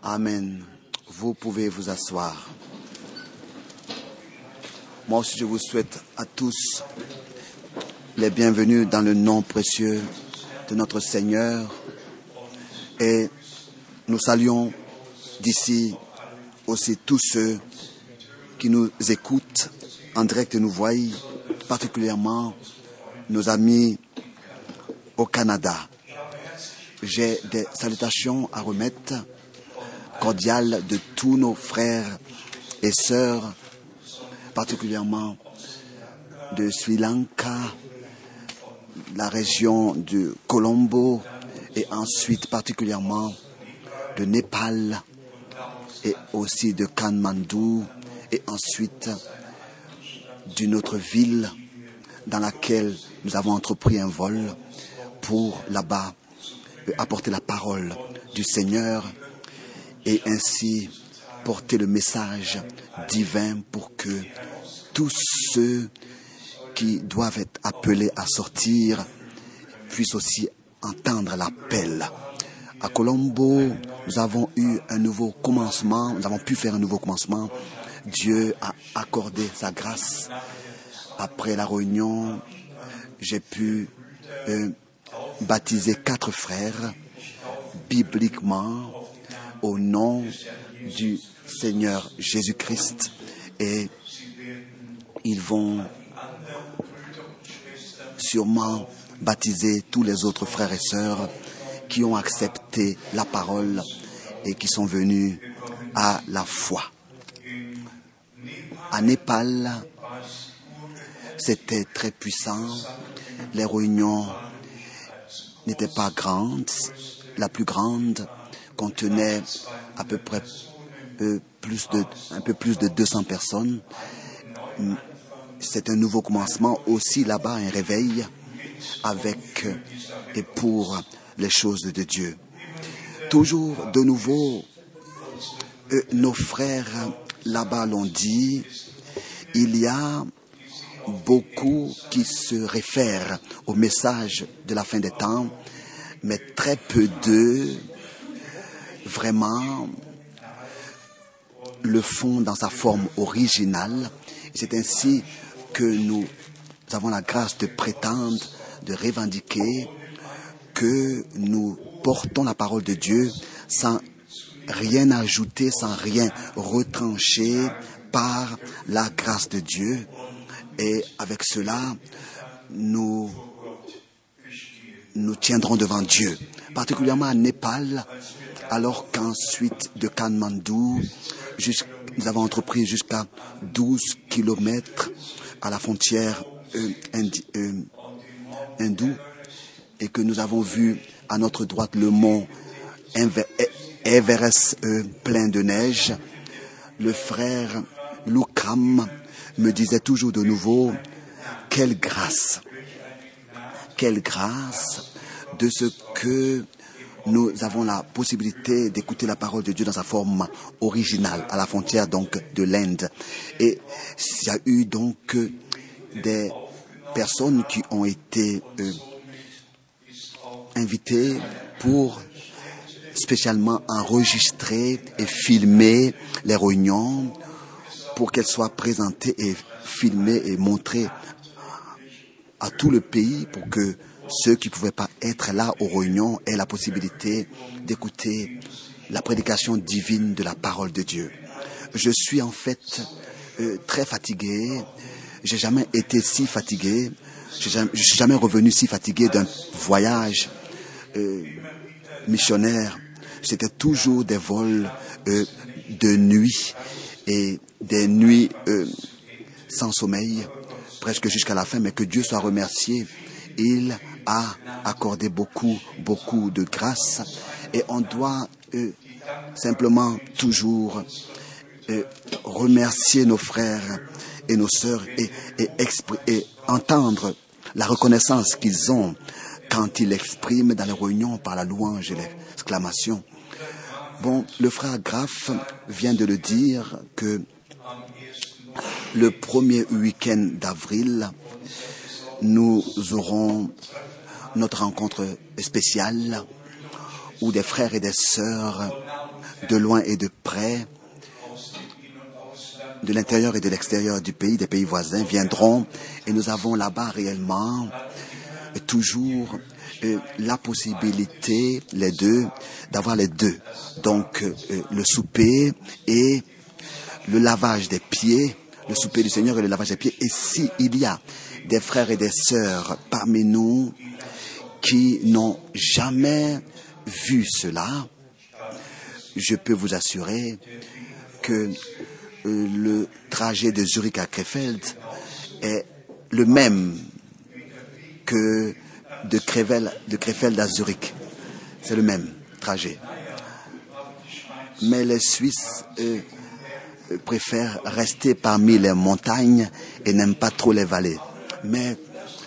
Amen. Vous pouvez vous asseoir. Moi aussi, je vous souhaite à tous les bienvenus dans le nom précieux de notre Seigneur. Et nous saluons d'ici aussi tous ceux qui nous écoutent en direct et nous voient, particulièrement nos amis au Canada. J'ai des salutations à remettre cordiales de tous nos frères et sœurs, particulièrement de Sri Lanka, la région de Colombo et ensuite particulièrement de Népal et aussi de Kathmandu et ensuite d'une autre ville dans laquelle nous avons entrepris un vol pour là-bas apporter la parole du Seigneur et ainsi porter le message divin pour que tous ceux qui doivent être appelés à sortir puissent aussi entendre l'appel. À Colombo, nous avons eu un nouveau commencement, nous avons pu faire un nouveau commencement. Dieu a accordé sa grâce. Après la réunion, j'ai pu baptiser 4 frères bibliquement au nom du Seigneur Jésus-Christ et ils vont sûrement baptiser tous les autres frères et sœurs qui ont accepté la parole et qui sont venus à la foi. À Népal, c'était très puissant. Les réunions n'étaient pas grandes. La plus grande contenait à peu près un peu plus de 200 personnes. C'est un nouveau commencement. Aussi là-bas, un réveil avec et pour les choses de Dieu. Toujours de nouveau, nos frères là-bas l'ont dit, il y a beaucoup qui se réfèrent au message de la fin des temps, mais très peu d'eux vraiment le font dans sa forme originale. C'est ainsi que nous avons la grâce de prétendre, de revendiquer que nous portons la parole de Dieu sans rien ajouter, sans rien retrancher par la grâce de Dieu. Et avec cela, nous tiendrons devant Dieu, particulièrement à Népal, alors qu'ensuite de Kathmandu, nous avons entrepris jusqu'à 12 kilomètres à la frontière hindoue et que nous avons vu à notre droite le mont Everest plein de neige. Le frère Loukram me disait toujours de nouveau, quelle grâce de ce que nous avons la possibilité d'écouter la parole de Dieu dans sa forme originale, à la frontière donc de l'Inde. Et il y a eu donc des personnes qui ont été invitées pour spécialement enregistrer et filmer les réunions pour qu'elles soient présentées et filmées et montrées à tout le pays pour que ceux qui ne pouvaient pas être là aux réunions aient la possibilité d'écouter la prédication divine de la parole de Dieu. Je suis en fait très fatigué. J'ai jamais été si fatigué. Je suis jamais revenu si fatigué d'un voyage missionnaire. C'était toujours des vols de nuit et des nuits sans sommeil, presque jusqu'à la fin, mais que Dieu soit remercié. Il a accordé beaucoup de grâce et on doit simplement toujours remercier nos frères et nos sœurs et entendre la reconnaissance qu'ils ont quand ils l'expriment dans les réunions par la louange et l'exclamation. Bon, le frère Graff vient de le dire que le premier week-end d'avril, nous aurons notre rencontre spéciale où des frères et des sœurs de loin et de près, de l'intérieur et de l'extérieur du pays, des pays voisins, viendront, et nous avons là-bas réellement toujours la possibilité, d'avoir les deux. Donc, le souper et le lavage des pieds, le souper du Seigneur et le lavage des pieds. Et s'il y a des frères et des sœurs parmi nous qui n'ont jamais vu cela, je peux vous assurer que le trajet de Zurich à Krefeld est le même que de Krefeld à Zurich. C'est le même trajet. Mais les Suisses préfèrent rester parmi les montagnes et n'aiment pas trop les vallées. Mais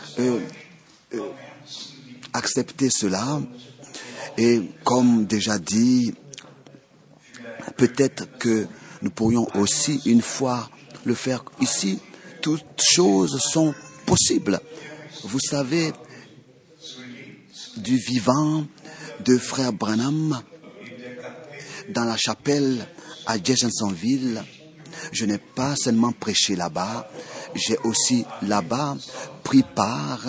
acceptez cela et comme déjà dit, peut-être que nous pourrions aussi une fois le faire ici. Toutes choses sont possibles. Vous savez, du vivant de frère Branham dans la chapelle à Jeffersonville, je n'ai pas seulement prêché là-bas, j'ai aussi là-bas pris part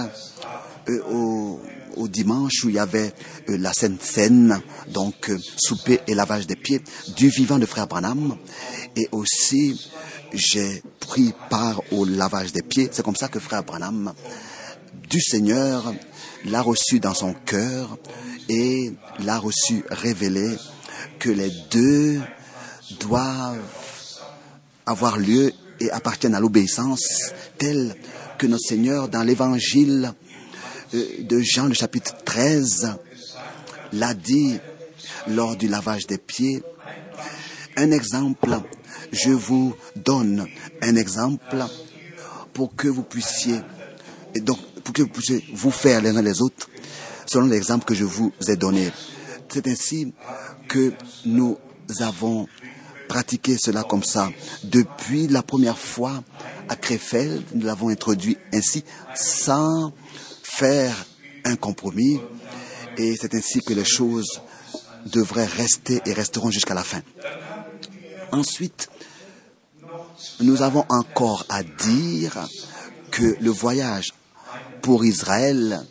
au dimanche où il y avait la Sainte Seine, donc souper et lavage des pieds du vivant de frère Branham, et aussi j'ai pris part au lavage des pieds. C'est comme ça que frère Branham du Seigneur l'a reçu dans son cœur et l'a reçu révélé que les deux doivent avoir lieu et appartiennent à l'obéissance telle que notre Seigneur dans l'évangile de Jean, le chapitre 13, l'a dit lors du lavage des pieds. Un exemple, je vous donne un exemple pour que vous puissiez, et donc pour que vous puissiez vous faire les uns les autres selon l'exemple que je vous ai donné. C'est ainsi que nous avons pratiqué cela comme ça. Depuis la première fois à Krefeld, nous l'avons introduit ainsi, sans faire un compromis, et c'est ainsi que les choses devraient rester et resteront jusqu'à la fin. Ensuite, nous avons encore à dire que le voyage pour Israël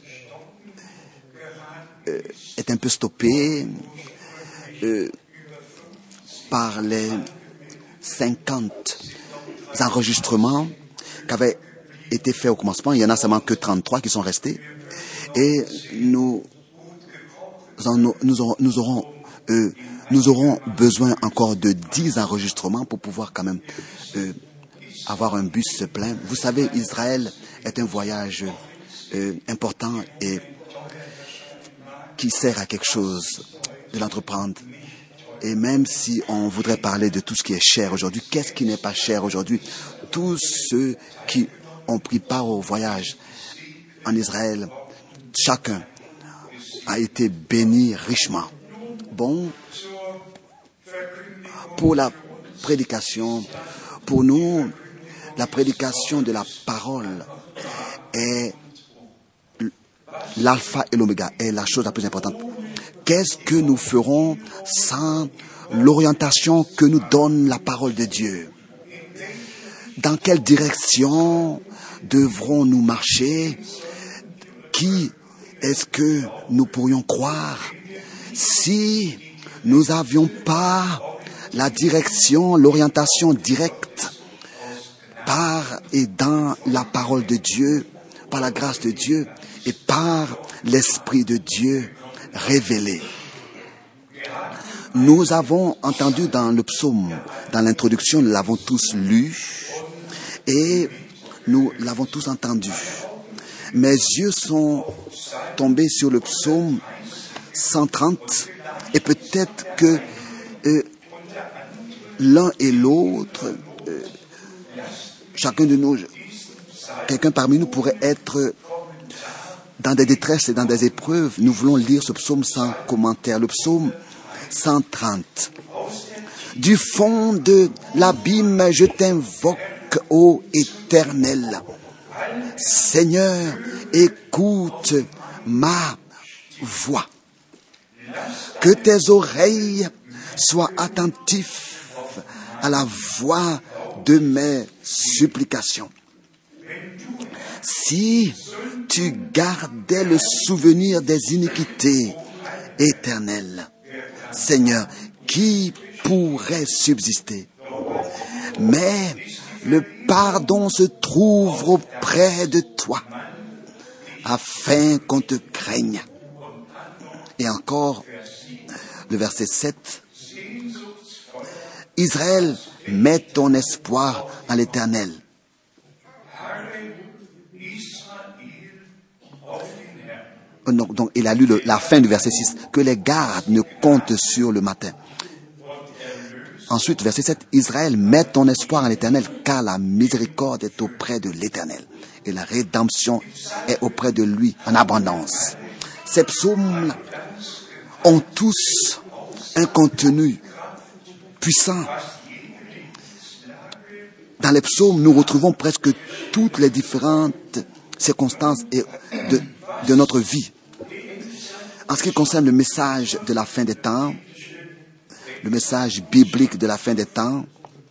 est un peu stoppé par les 50 enregistrements qui avaient été faits au commencement. Il y en a seulement que 33 qui sont restés. Et nous aurons besoin encore de 10 enregistrements pour pouvoir quand même avoir un bus plein. Vous savez, Israël est un voyage important et qui sert à quelque chose de l'entreprendre. Et même si on voudrait parler de tout ce qui est cher aujourd'hui, qu'est-ce qui n'est pas cher aujourd'hui? Tous ceux qui ont pris part au voyage en Israël, chacun a été béni richement. Bon, pour la prédication, pour nous, la prédication de la parole est l'alpha et l'oméga, est la chose la plus importante. Qu'est-ce que nous ferons sans l'orientation que nous donne la parole de Dieu? Dans quelle direction devrons-nous marcher? Qui est-ce que nous pourrions croire si nous n'avions pas la direction, l'orientation directe par et dans la parole de Dieu, par la grâce de Dieu et par l'Esprit de Dieu révélé? Nous avons entendu dans le psaume, dans l'introduction, nous l'avons tous lu et nous l'avons tous entendu. Mes yeux sont tombés sur le psaume 130 et peut-être que l'un et l'autre, chacun de nous, quelqu'un parmi nous pourrait être dans des détresses et dans des épreuves. Nous voulons lire ce psaume sans commentaire. Le psaume 130. Du fond de l'abîme, je t'invoque, ô Éternel. Seigneur, écoute ma voix. Que tes oreilles soient attentives à la voix de mes supplications. Si tu gardais le souvenir des iniquités éternelles, Seigneur, qui pourrait subsister? Mais le pardon se trouve auprès de toi, afin qu'on te craigne. Et encore, le verset 7. Israël, mets ton espoir en l'Éternel. Donc, il a lu la fin du verset 6. Que les gardes ne comptent sur le matin. Ensuite, verset 7. Israël, mets ton espoir en l'Éternel, car la miséricorde est auprès de l'Éternel. Et la rédemption est auprès de lui en abondance. Ces psaumes ont tous un contenu puissant. Dans les psaumes, nous retrouvons presque toutes les différentes circonstances de notre vie. En ce qui concerne le message de la fin des temps, le message biblique de la fin des temps,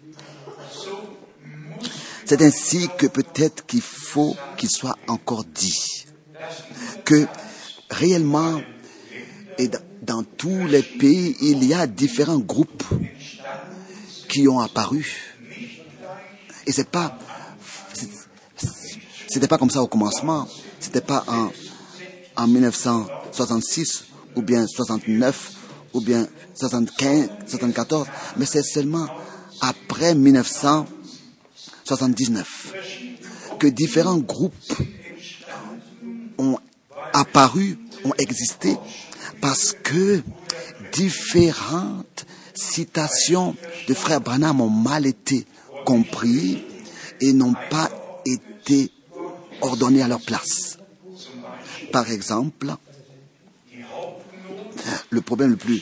c'est ainsi que peut-être qu'il faut qu'il soit encore dit. Que réellement, et dans tous les pays, il y a différents groupes qui ont apparu. Et c'était pas comme ça au commencement. C'était pas en 1966 ou bien 69 ou bien 75, 74, mais c'est seulement après 1979 que différents groupes ont apparu, ont existé, parce que différentes citations de frère Branham ont mal été compris et n'ont pas été ordonnées à leur place. Par exemple, le problème le plus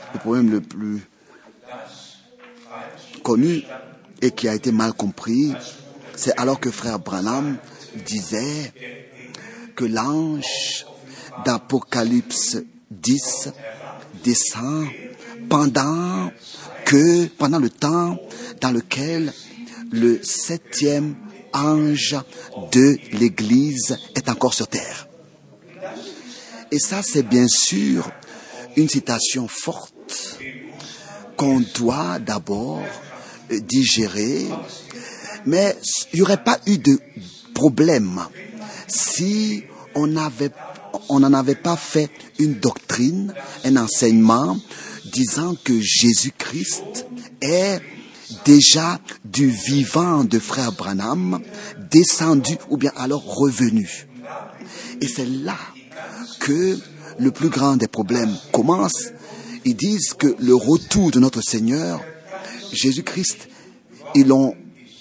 connu et qui a été mal compris, c'est alors que frère Branham disait que l'ange d'Apocalypse 10 descend pendant le temps dans lequel le 7e ange de l'Église est encore sur terre. Et ça, c'est bien sûr une citation forte qu'on doit d'abord digérer, mais il n'y aurait pas eu de problème si on n'en avait pas fait une doctrine, un enseignement disant que Jésus-Christ est déjà du vivant de frère Branham descendu ou bien alors revenu. Et c'est là que le plus grand des problèmes commence. Ils disent que le retour de notre Seigneur, Jésus-Christ, ils l'ont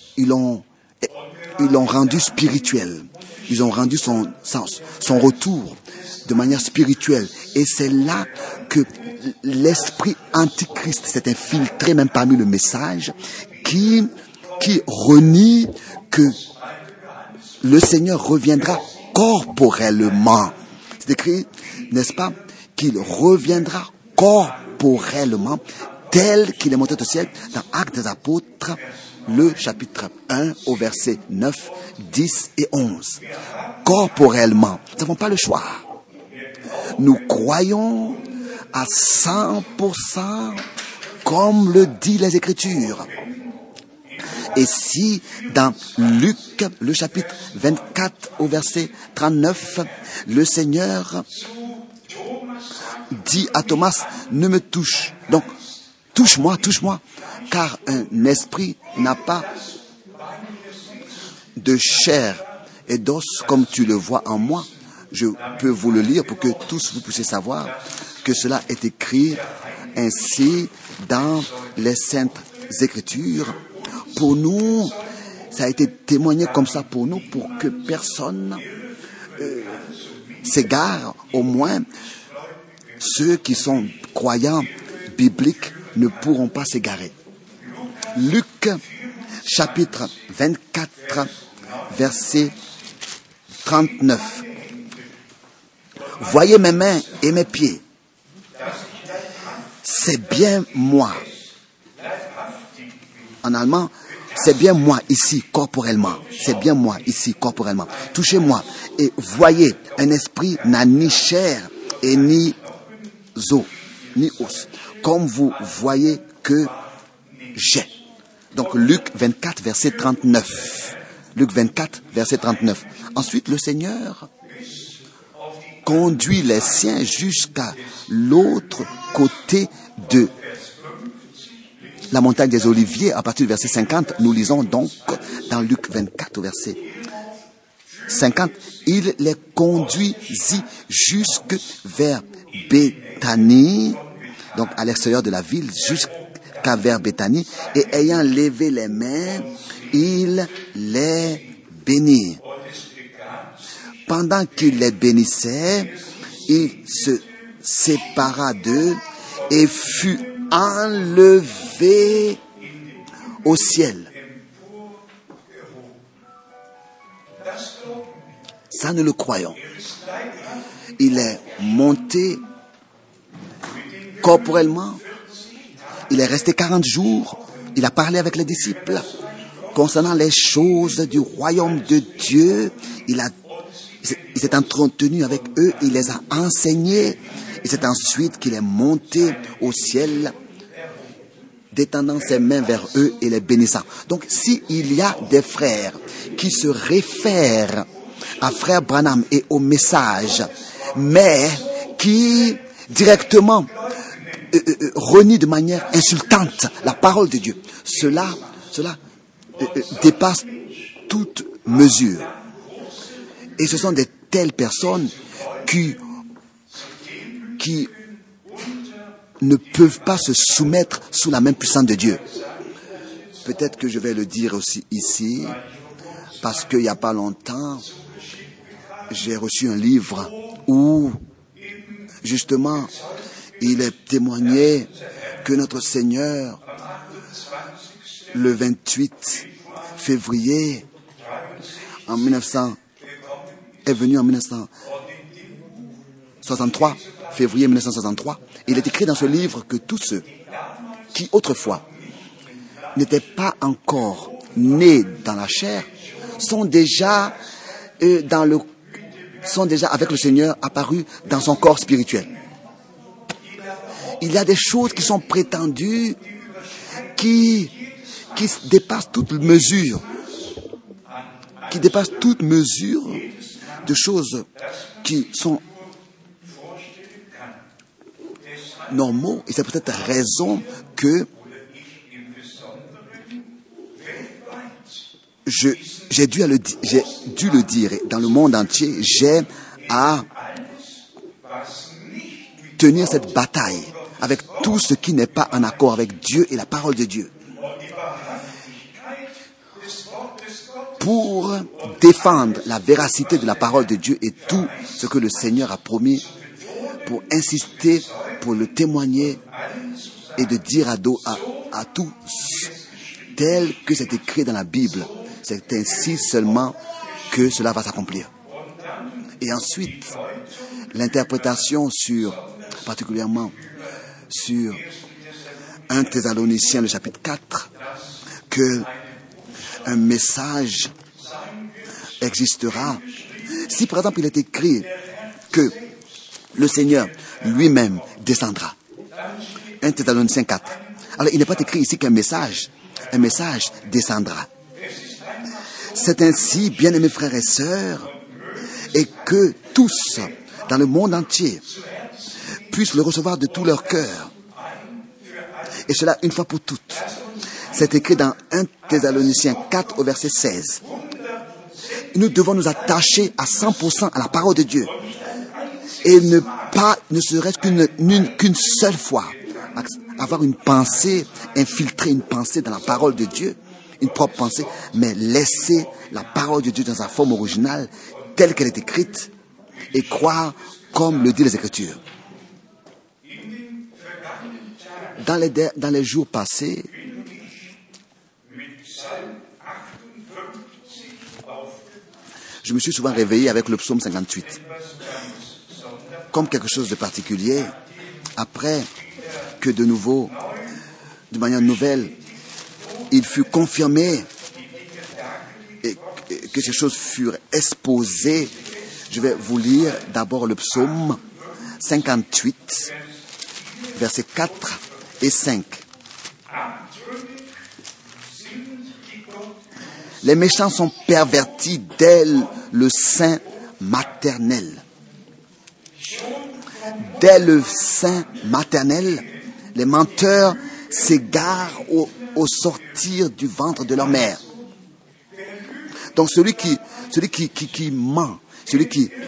rendu spirituel. Ils ont rendu son retour de manière spirituelle. Et c'est là que l'esprit antichrist s'est infiltré même parmi le message qui renie que le Seigneur reviendra corporellement. C'est écrit, n'est-ce pas, qu'il reviendra corporellement tel qu'il est monté au ciel dans Actes des Apôtres, le chapitre 1 au verset 9, 10 et 11. Corporellement, nous n'avons pas le choix. Nous croyons à 100% comme le dit les Écritures. Et si dans Luc, le chapitre 24 au verset 39, le Seigneur dit à Thomas, ne me touche. Donc, touche-moi, car un esprit n'a pas de chair et d'os comme tu le vois en moi. Je peux vous le lire pour que tous vous puissiez savoir que cela est écrit ainsi dans les Saintes Écritures. Pour nous, ça a été témoigné comme ça pour nous, pour que personne s'égare. Au moins, ceux qui sont croyants bibliques ne pourront pas s'égarer. Luc, chapitre 24, verset 39. Voyez mes mains et mes pieds. c'est bien moi. En allemand, c'est bien moi ici corporellement. C'est bien moi ici corporellement. Touchez-moi et voyez, un esprit n'a ni chair et ni os, ni os, comme vous voyez que j'ai. Donc Luc 24, verset 39. Luc 24, verset 39. Ensuite, le Seigneur conduit les siens jusqu'à l'autre côté de la montagne des Oliviers. À partir du verset 50, nous lisons donc dans Luc 24, verset 50, il les conduisit jusque vers Béthanie, donc à l'extérieur de la ville, jusqu'à vers Béthanie, et ayant levé les mains, il les bénit. Pendant qu'il les bénissait, il se sépara d'eux et fut enlevé au ciel. Ça, nous le croyons. Il est monté corporellement. Il est resté 40 jours. Il a parlé avec les disciples concernant les choses du royaume de Dieu. Il s'est entretenu avec eux. Il les a enseignés. Et c'est ensuite qu'il est monté au ciel, détendant ses mains vers eux et les bénissant. Donc, s'il y a des frères qui se réfèrent à frère Branham et au message, mais qui directement renient de manière insultante la parole de Dieu, cela dépasse toute mesure. Et ce sont de telles personnes qui ne peuvent pas se soumettre sous la main puissante de Dieu. Peut-être que je vais le dire aussi ici, parce qu'il n'y a pas longtemps, j'ai reçu un livre où, justement, il est témoigné que notre Seigneur, le 28 février est venu en 1963, février 1963. Il est écrit dans ce livre que tous ceux qui autrefois n'étaient pas encore nés dans la chair sont déjà avec le Seigneur apparus dans son corps spirituel. Il y a des choses qui sont prétendues qui dépassent toute mesure, de choses qui sont normaux. Et c'est peut-être raison que j'ai dû le dire. Dans le monde entier, j'ai à tenir cette bataille avec tout ce qui n'est pas en accord avec Dieu et la parole de Dieu, pour défendre la véracité de la parole de Dieu et tout ce que le Seigneur a promis, pour insister, pour le témoigner et de dire à tous tel que c'est écrit dans la Bible. C'est ainsi seulement que cela va s'accomplir. Et ensuite, l'interprétation particulièrement sur 1 Thessaloniciens, le chapitre 4, que un message existera. Si par exemple il est écrit que le Seigneur lui-même descendra, 1 Thessaloniciens 4, alors il n'est pas écrit ici qu'un message descendra. C'est ainsi, bien-aimés frères et sœurs, et que tous, dans le monde entier, puissent le recevoir de tout leur cœur. Et cela une fois pour toutes. C'est écrit dans 1 Thessaloniciens 4 au verset 16. Nous devons nous attacher à 100% à la parole de Dieu. Et ne serait-ce qu'une seule fois, avoir une pensée, infiltrer une pensée dans la parole de Dieu, une propre pensée, mais laisser la parole de Dieu dans sa forme originale, telle qu'elle est écrite, et croire comme le dit les Écritures. Dans les jours passés, je me suis souvent réveillé avec le psaume 58, comme quelque chose de particulier. Après que de nouveau, de manière nouvelle, il fut confirmé et que ces choses furent exposées. Je vais vous lire d'abord le psaume 58, versets 4 et 5. Les méchants sont pervertis dès le sein maternel. Dès le sein maternel, les menteurs s'égarent au sortir du ventre de leur mère. Donc celui qui ment, celui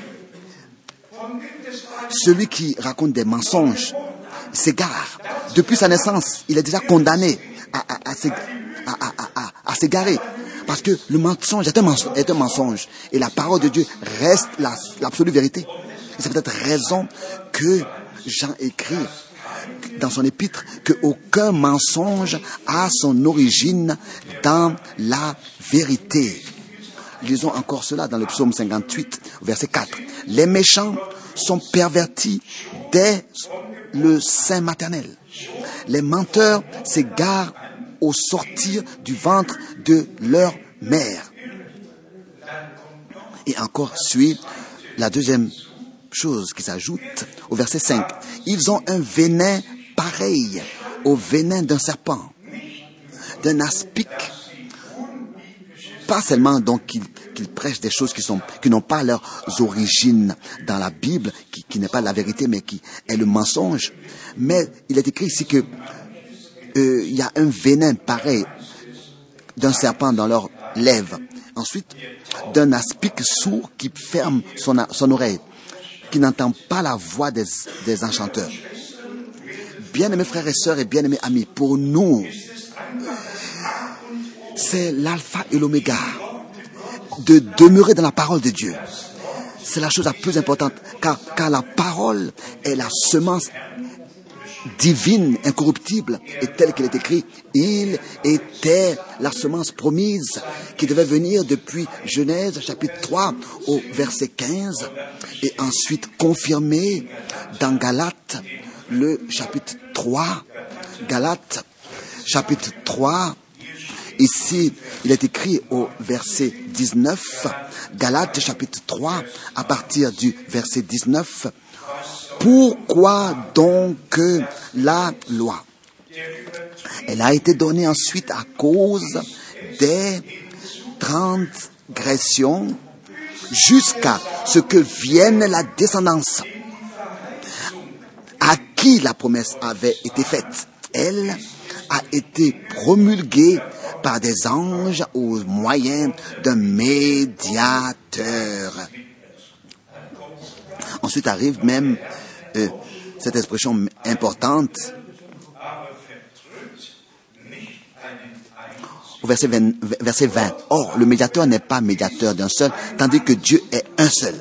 qui raconte des mensonges, s'égare. Depuis sa naissance, il est déjà condamné à s'égarer. Parce que le mensonge est un mensonge. Et la parole de Dieu reste l'absolue vérité. Et c'est peut-être raison que Jean écrit dans son épître qu'aucun mensonge a son origine dans la vérité. Lisons encore cela dans le psaume 58, verset 4. Les méchants sont pervertis dès le sein maternel. Les menteurs s'égarent au sortir du ventre de leur mère. Et encore suit la deuxième chose qui s'ajoute au verset 5. Ils ont un venin pareil au venin d'un serpent, d'un aspic. Pas seulement donc qu'ils prêchent des choses qui n'ont pas leurs origines dans la Bible, qui n'est pas la vérité, mais qui est le mensonge. Mais il est écrit ici que il y a un venin pareil d'un serpent dans leurs lèvres. Ensuite, d'un aspic sourd qui ferme son oreille, qui n'entend pas la voix des enchanteurs. Bien-aimés frères et sœurs et bien-aimés amis, pour nous, c'est l'alpha et l'oméga de demeurer dans la parole de Dieu. C'est la chose la plus importante, car la parole est la semence divine, incorruptible, et telle qu'il est écrit, il était la semence promise qui devait venir depuis Genèse chapitre 3 au verset 15 et ensuite confirmée dans Galates le chapitre 3. Galates chapitre 3, ici il est écrit au verset 19, Galates chapitre 3 à partir du verset 19. Pourquoi donc la loi? Elle a été donnée ensuite à cause des transgressions jusqu'à ce que vienne la descendance à qui la promesse avait été faite. Elle a été promulguée par des anges au moyen d'un médiateur. Ensuite arrive même cette expression importante au verset 20. Or, le médiateur n'est pas médiateur d'un seul, tandis que Dieu est un seul.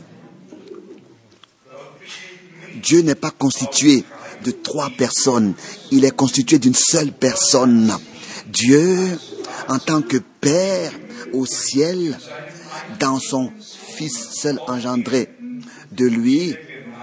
Dieu n'est pas constitué de 3 personnes, il est constitué d'une seule personne. Dieu, en tant que Père au ciel, dans son Fils seul engendré de lui,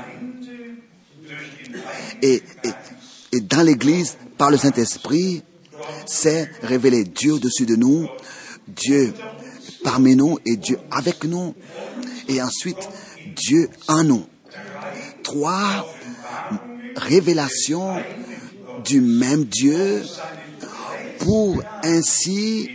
et dans l'Église, par le Saint-Esprit, s'est révélé Dieu au-dessus de nous, Dieu parmi nous et Dieu avec nous, et ensuite Dieu en nous. 3 révélations du même Dieu pour ainsi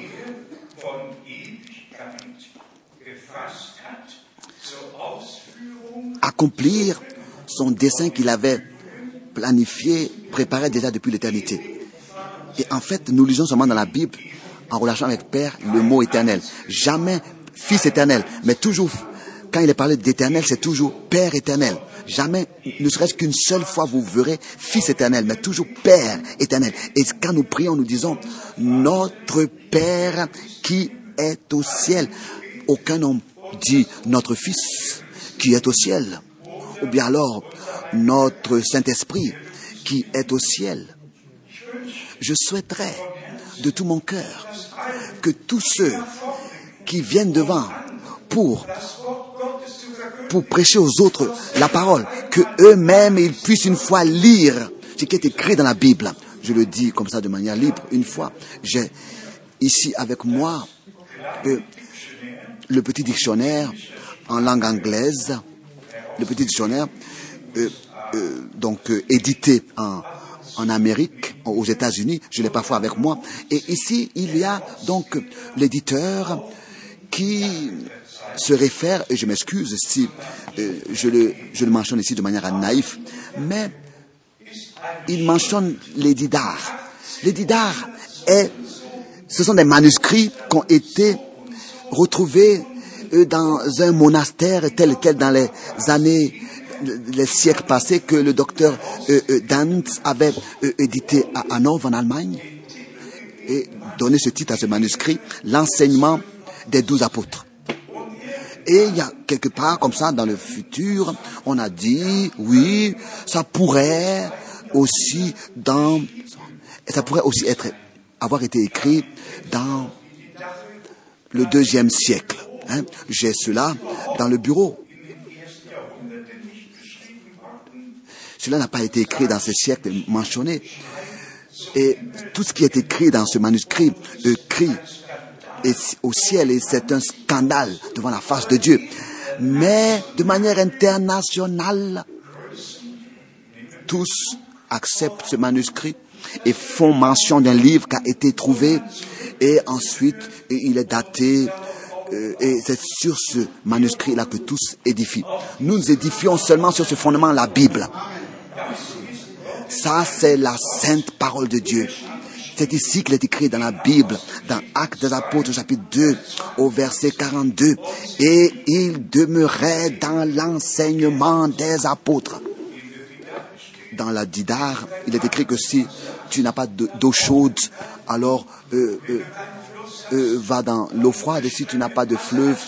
accomplir son dessein qu'il avait planifié, préparé déjà depuis l'éternité. Et en fait, nous lisons seulement dans la Bible, en relation avec Père, le mot éternel. Jamais Fils éternel, mais toujours, quand il est parlé d'éternel, c'est toujours Père éternel. Jamais, ne serait-ce qu'une seule fois, vous verrez Fils éternel, mais toujours Père éternel. Et quand nous prions, nous disons, notre Père qui est au ciel. Aucun homme dit notre Fils qui est au ciel. Ou bien alors, notre Saint-Esprit qui est au ciel. Je souhaiterais de tout mon cœur que tous ceux qui viennent devant pour prêcher aux autres la parole, que eux-mêmes ils puissent une fois lire ce qui est écrit dans la Bible. Je le dis comme ça de manière libre. Une fois, j'ai ici avec moi le petit dictionnaire en langue anglaise, le petit dictionnaire édité en Amérique, aux États-Unis. Je l'ai parfois avec moi. Et ici, il y a donc l'éditeur qui se réfère, et je m'excuse si je le mentionne ici de manière naïve, mais il mentionne les didars. Les didars, ce sont des manuscrits qui ont été retrouvés dans un monastère tel quel dans les siècles passés que le docteur Dantz avait édité à Hanovre en Allemagne et donné ce titre à ce manuscrit, l'enseignement des 12 apôtres. Et il y a quelque part comme ça dans le futur, on a dit, oui, ça pourrait aussi avoir été écrit dans le 2e siècle. J'ai cela dans le bureau. Cela n'a pas été écrit dans ce siècle mentionné. Et tout ce qui est écrit dans ce manuscrit crie au ciel, et c'est un scandale devant la face de Dieu. Mais de manière internationale, tous acceptent ce manuscrit et font mention d'un livre qui a été trouvé, et ensuite il est daté, et c'est sur ce manuscrit-là que tous édifient. Nous nous édifions seulement sur ce fondement, la Bible. Ça, c'est la sainte parole de Dieu. C'est ici qu'il est écrit dans la Bible, dans Actes des Apôtres, chapitre 2, au verset 42. Et il demeurait dans l'enseignement des apôtres. Dans la Didar, il est écrit que si tu n'as pas d'eau chaude, alors va dans l'eau froide. Et si tu n'as pas de fleuve,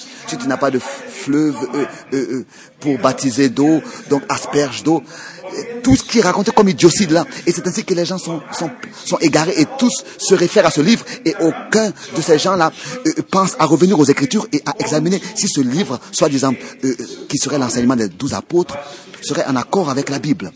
pour baptiser d'eau, donc asperge d'eau, tout ce qui est raconté comme idiocide là. Et c'est ainsi que les gens sont égarés, et tous se réfèrent à ce livre, et aucun de ces gens-là pense à revenir aux Écritures et à examiner si ce livre, soi-disant, qui serait l'enseignement des 12 apôtres, serait en accord avec la Bible.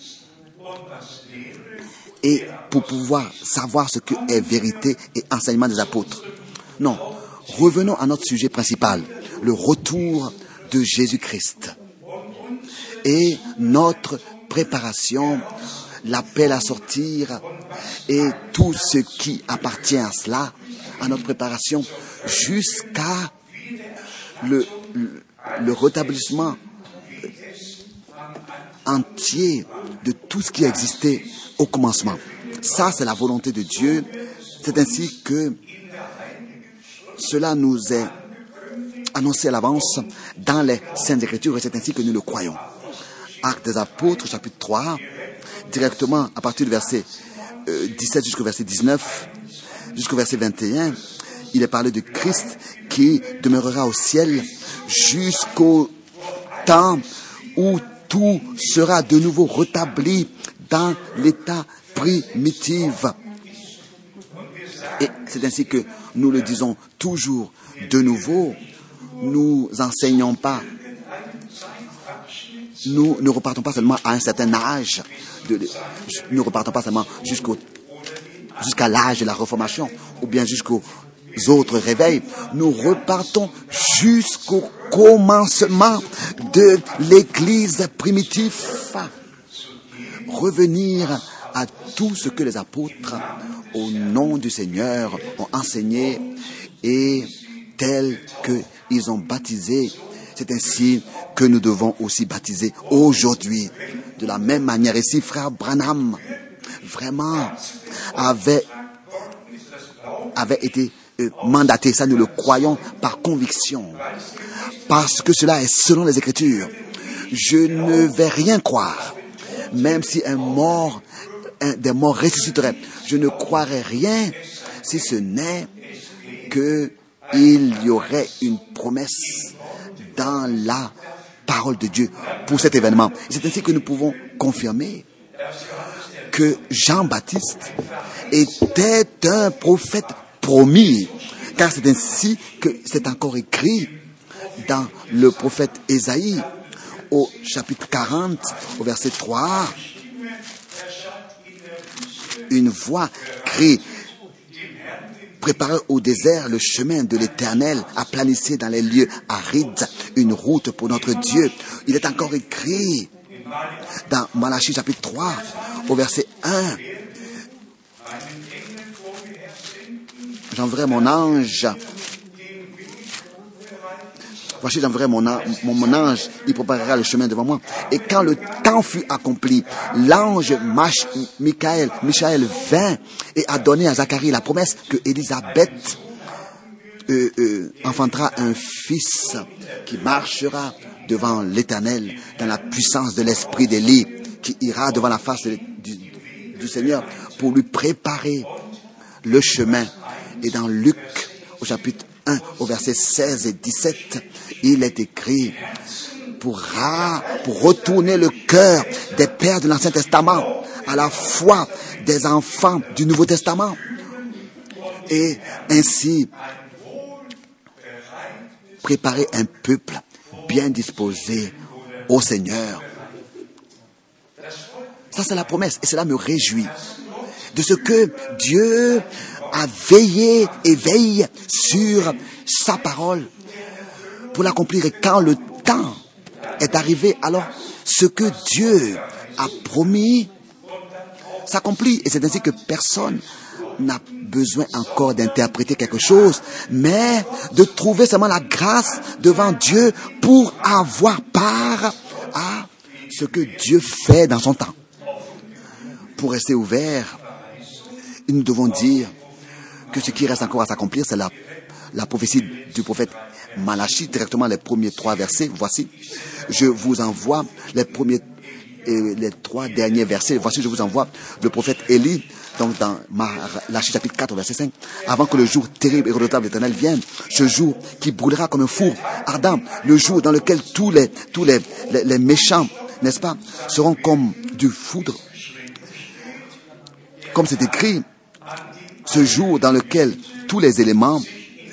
Et pour pouvoir savoir ce que est vérité et enseignement des apôtres. Non, revenons à notre sujet principal, le retour de Jésus-Christ. Et notre préparation, l'appel à sortir et tout ce qui appartient à cela, à notre préparation, jusqu'à le rétablissement entier de tout ce qui existait au commencement. Ça, c'est la volonté de Dieu. C'est ainsi que cela nous est annoncé à l'avance dans les Saintes Écritures, et c'est ainsi que nous le croyons. Actes des Apôtres, chapitre 3, directement à partir du verset 17 jusqu'au verset 19, jusqu'au verset 21, il est parlé de Christ qui demeurera au ciel jusqu'au temps où tout sera de nouveau rétabli dans l'état primitif. Et c'est ainsi que nous le disons toujours de nouveau, nous enseignons pas, nous ne repartons pas seulement à un certain âge, nous ne repartons pas seulement jusqu'à l'âge de la Réformation ou bien jusqu'aux autres réveils, nous repartons jusqu'au commencement de l'Église primitive. Revenir à tout ce que les apôtres, au nom du Seigneur, ont enseigné et tel qu'ils ont baptisé. C'est ainsi que nous devons aussi baptiser aujourd'hui. De la même manière, ici, frère Branham, vraiment, avait été mandaté. Ça, nous le croyons par conviction. Parce que cela est selon les Écritures. Je ne vais rien croire. Même si des morts ressusciteraient, je ne croirais rien si ce n'est qu'il y aurait une promesse dans la parole de Dieu pour cet événement. C'est ainsi que nous pouvons confirmer que Jean-Baptiste était un prophète promis, car c'est ainsi que c'est encore écrit dans le prophète Ésaïe, au chapitre 40, au verset 3. une voix crie: préparez au désert le chemin de l'Éternel, aplanissez dans les lieux arides une route pour notre Dieu. Il est encore écrit dans Malachie chapitre 3, au verset 1. J'enverrai mon ange. Voici, j'enverrai mon ange, il préparera le chemin devant moi. Et quand le temps fut accompli, l'ange Michael vint et a donné à Zacharie la promesse que Élisabeth enfantera un fils qui marchera devant l'Éternel dans la puissance de l'esprit d'Élie, qui ira devant la face du Seigneur pour lui préparer le chemin. Et dans Luc, au chapitre 1, au verset 16 et 17, il est écrit: pour retourner le cœur des pères de l'Ancien Testament à la foi des enfants du Nouveau Testament, et ainsi préparer un peuple bien disposé au Seigneur. Ça, c'est la promesse, et cela me réjouit de ce que Dieu a veillé et veille sur sa parole pour l'accomplir. Et quand le temps est arrivé, alors ce que Dieu a promis s'accomplit. Et c'est ainsi que personne n'a besoin encore d'interpréter quelque chose, mais de trouver seulement la grâce devant Dieu pour avoir part à ce que Dieu fait dans son temps. Pour rester ouvert, nous devons dire que ce qui reste encore à s'accomplir, c'est la prophétie du prophète Malachie, directement les premiers 3 versets. Voici, je vous envoie les 3 derniers versets. Voici, je vous envoie le prophète Élie, donc dans Malachie chapitre 4, verset 5. Avant que le jour terrible et redoutable de l'Éternel vienne, ce jour qui brûlera comme un four ardent, le jour dans lequel tous les méchants, n'est-ce pas, seront comme du foudre. Comme c'est écrit, ce jour dans lequel tous les éléments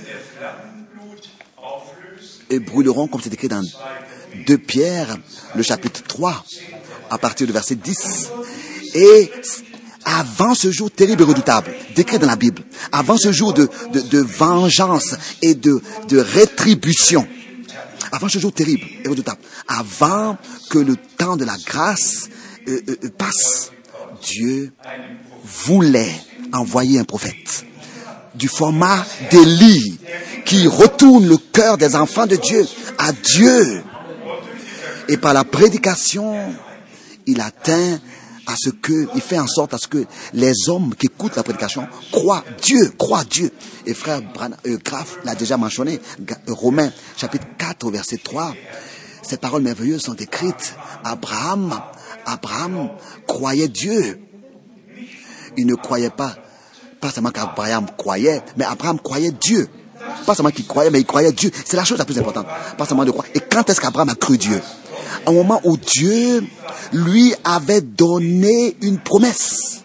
brûleront, comme c'est écrit dans 2 Pierre, le chapitre 3, à partir du verset 10. Et avant ce jour terrible et redoutable, décrit dans la Bible, avant ce jour de vengeance et de rétribution, avant ce jour terrible et redoutable, avant que le temps de la grâce passe, Dieu voulait envoyer un prophète du format d'Élie qui retourne le cœur des enfants de Dieu à Dieu. Et par la prédication, il atteint à ce que, il fait en sorte à ce que les hommes qui écoutent la prédication croient Dieu. Et frère Graff l'a déjà mentionné, Romains chapitre 4 verset 3. Ces paroles merveilleuses sont écrites. Abraham croyait Dieu. Il ne croyait pas seulement qu'Abraham croyait, mais Abraham croyait Dieu. Pas seulement qu'il croyait, mais il croyait Dieu. C'est la chose la plus importante. Pas seulement de croire. Et quand est-ce qu'Abraham a cru Dieu? Au moment où Dieu lui avait donné une promesse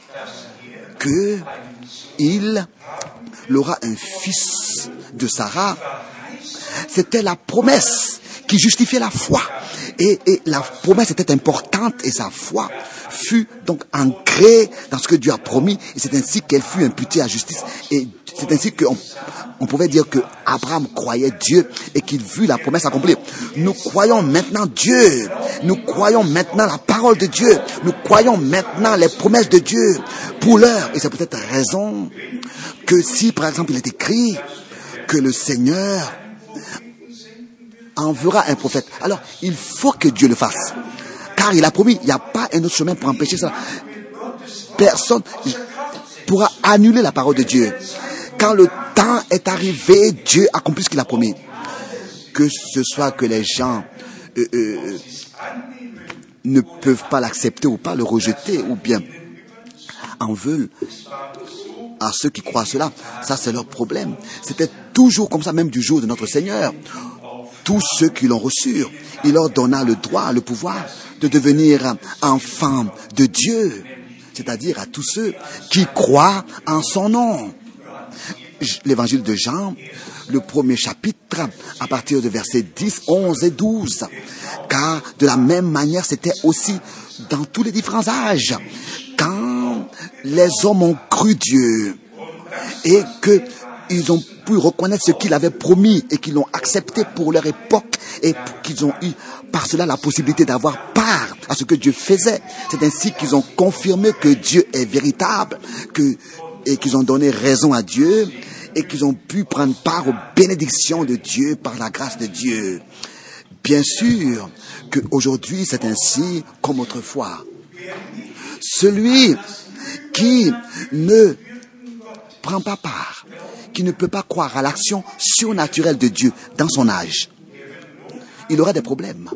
que il aura un fils de Sarah. C'était la promesse qui justifiait la foi. Et la promesse était importante et sa foi fut donc ancrée dans ce que Dieu a promis. Et c'est ainsi qu'elle fut imputée à justice. Et c'est ainsi qu'on pouvait dire que Abraham croyait Dieu et qu'il vit la promesse accomplie. Nous croyons maintenant Dieu. Nous croyons maintenant la parole de Dieu. Nous croyons maintenant les promesses de Dieu pour l'heure. Et c'est peut-être raison que si, par exemple, il est écrit que le Seigneur enverra un prophète, alors il faut que Dieu le fasse. Car il a promis, il n'y a pas un autre chemin pour empêcher ça. Personne pourra annuler la parole de Dieu. Quand le temps est arrivé, Dieu accomplit ce qu'il a promis. Que ce soit que les gens ne peuvent pas l'accepter ou pas le rejeter, ou bien en veulent à ceux qui croient à cela, ça c'est leur problème. C'était toujours comme ça, même du jour de notre Seigneur. Tous ceux qui l'ont reçu, il leur donna le droit, le pouvoir de devenir enfants de Dieu, c'est-à-dire à tous ceux qui croient en son nom. L'évangile de Jean, le premier chapitre, à partir de versets 10, 11 et 12. Car de la même manière, c'était aussi dans tous les différents âges. Quand les hommes ont cru Dieu et qu'ils ont pu reconnaître ce qu'il avait promis et qu'ils l'ont accepté pour leur époque et qu'ils ont eu par cela la possibilité d'avoir part à ce que Dieu faisait. C'est ainsi qu'ils ont confirmé que Dieu est véritable et qu'ils ont donné raison à Dieu et qu'ils ont pu prendre part aux bénédictions de Dieu par la grâce de Dieu. Bien sûr qu'aujourd'hui c'est ainsi comme autrefois. Celui qui ne prend pas part, qui ne peut pas croire à l'action surnaturelle de Dieu dans son âge, il aura des problèmes.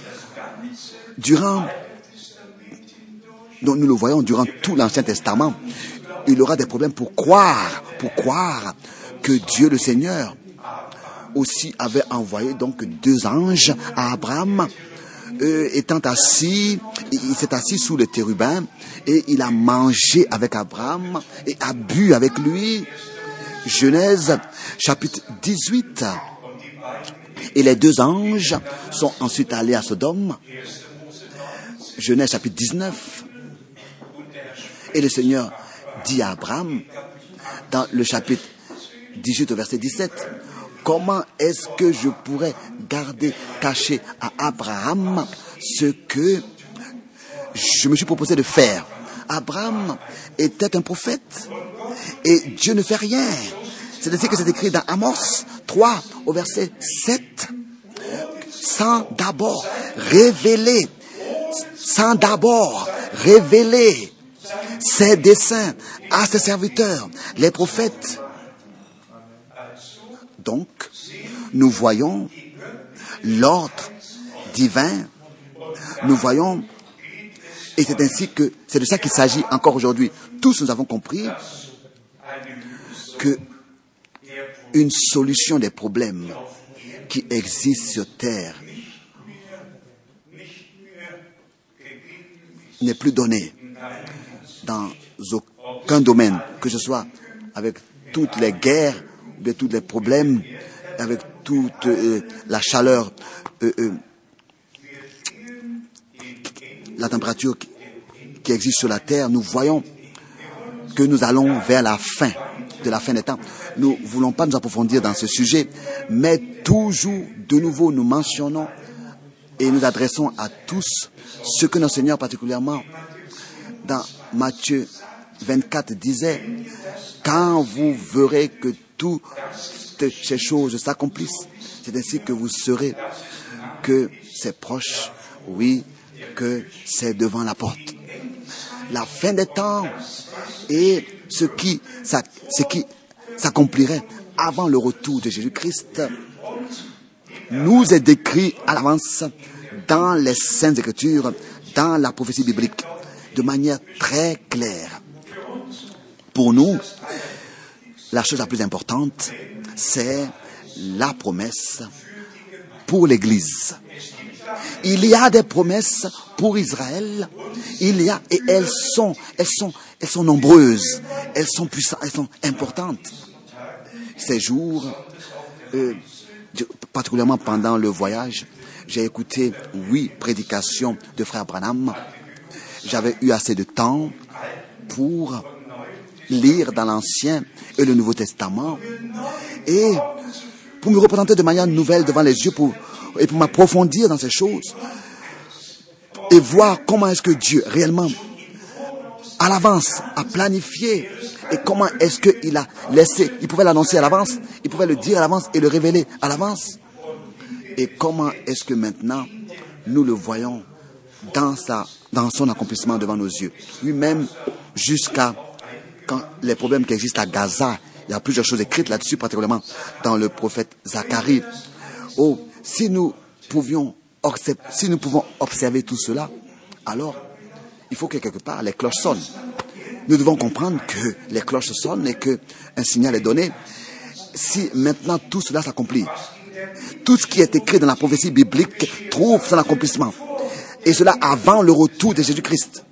Donc nous le voyons durant tout l'Ancien Testament, il aura des problèmes pour croire que Dieu le Seigneur aussi avait envoyé donc 2 anges à Abraham. Étant assis, il s'est assis sous le térubin et il a mangé avec Abraham et a bu avec lui. Genèse chapitre 18. Et les 2 anges sont ensuite allés à Sodome. Genèse chapitre 19. Et le Seigneur dit à Abraham, dans le chapitre 18 au verset 17, comment est-ce que je pourrais garder caché à Abraham ce que je me suis proposé de faire? Abraham était un prophète et Dieu ne fait rien. C'est ainsi que c'est écrit dans Amos 3 au verset 7. Sans d'abord révéler ses desseins à ses serviteurs, les prophètes. Donc, nous voyons l'ordre divin, nous voyons, et c'est ainsi que, c'est de ça qu'il s'agit encore aujourd'hui. Tous nous avons compris que une solution des problèmes qui existent sur terre n'est plus donnée dans aucun domaine, que ce soit avec toutes les guerres, de tous les problèmes, avec toute la chaleur, la température qui existe sur la terre. Nous voyons que nous allons vers la fin des temps. Nous ne voulons pas nous approfondir dans ce sujet, mais toujours de nouveau nous mentionnons et nous adressons à tous ce que notre Seigneur particulièrement dans Matthieu 24 disait: quand vous verrez que toutes ces choses s'accomplissent, c'est ainsi que vous saurez que c'est proche, oui, que c'est devant la porte. La fin des temps et ce qui s'accomplirait avant le retour de Jésus-Christ nous est décrit à l'avance dans les Saintes Écritures, dans la prophétie biblique, de manière très claire. Pour nous, la chose la plus importante, c'est la promesse pour l'Église. Il y a des promesses pour Israël, et elles sont nombreuses, elles sont puissantes, elles sont importantes. Ces jours, particulièrement pendant le voyage, j'ai écouté 8 prédications de frère Branham. J'avais eu assez de temps pour lire dans l'Ancien et le Nouveau Testament et pour me représenter de manière nouvelle devant les yeux pour m'approfondir dans ces choses et voir comment est-ce que Dieu réellement à l'avance a planifié et comment est-ce qu'il a laissé, il pouvait l'annoncer à l'avance, il pouvait le dire à l'avance et le révéler à l'avance, et comment est-ce que maintenant nous le voyons dans son accomplissement devant nos yeux. Lui-même, jusqu'à quand les problèmes qui existent à Gaza, il y a plusieurs choses écrites là-dessus, particulièrement dans le prophète Zacharie. Oh, si nous pouvons observer tout cela, alors il faut que quelque part les cloches sonnent. Nous devons comprendre que les cloches sonnent et qu'un signal est donné. Si maintenant tout cela s'accomplit, tout ce qui est écrit dans la prophétie biblique trouve son accomplissement, et cela avant le retour de Jésus-Christ,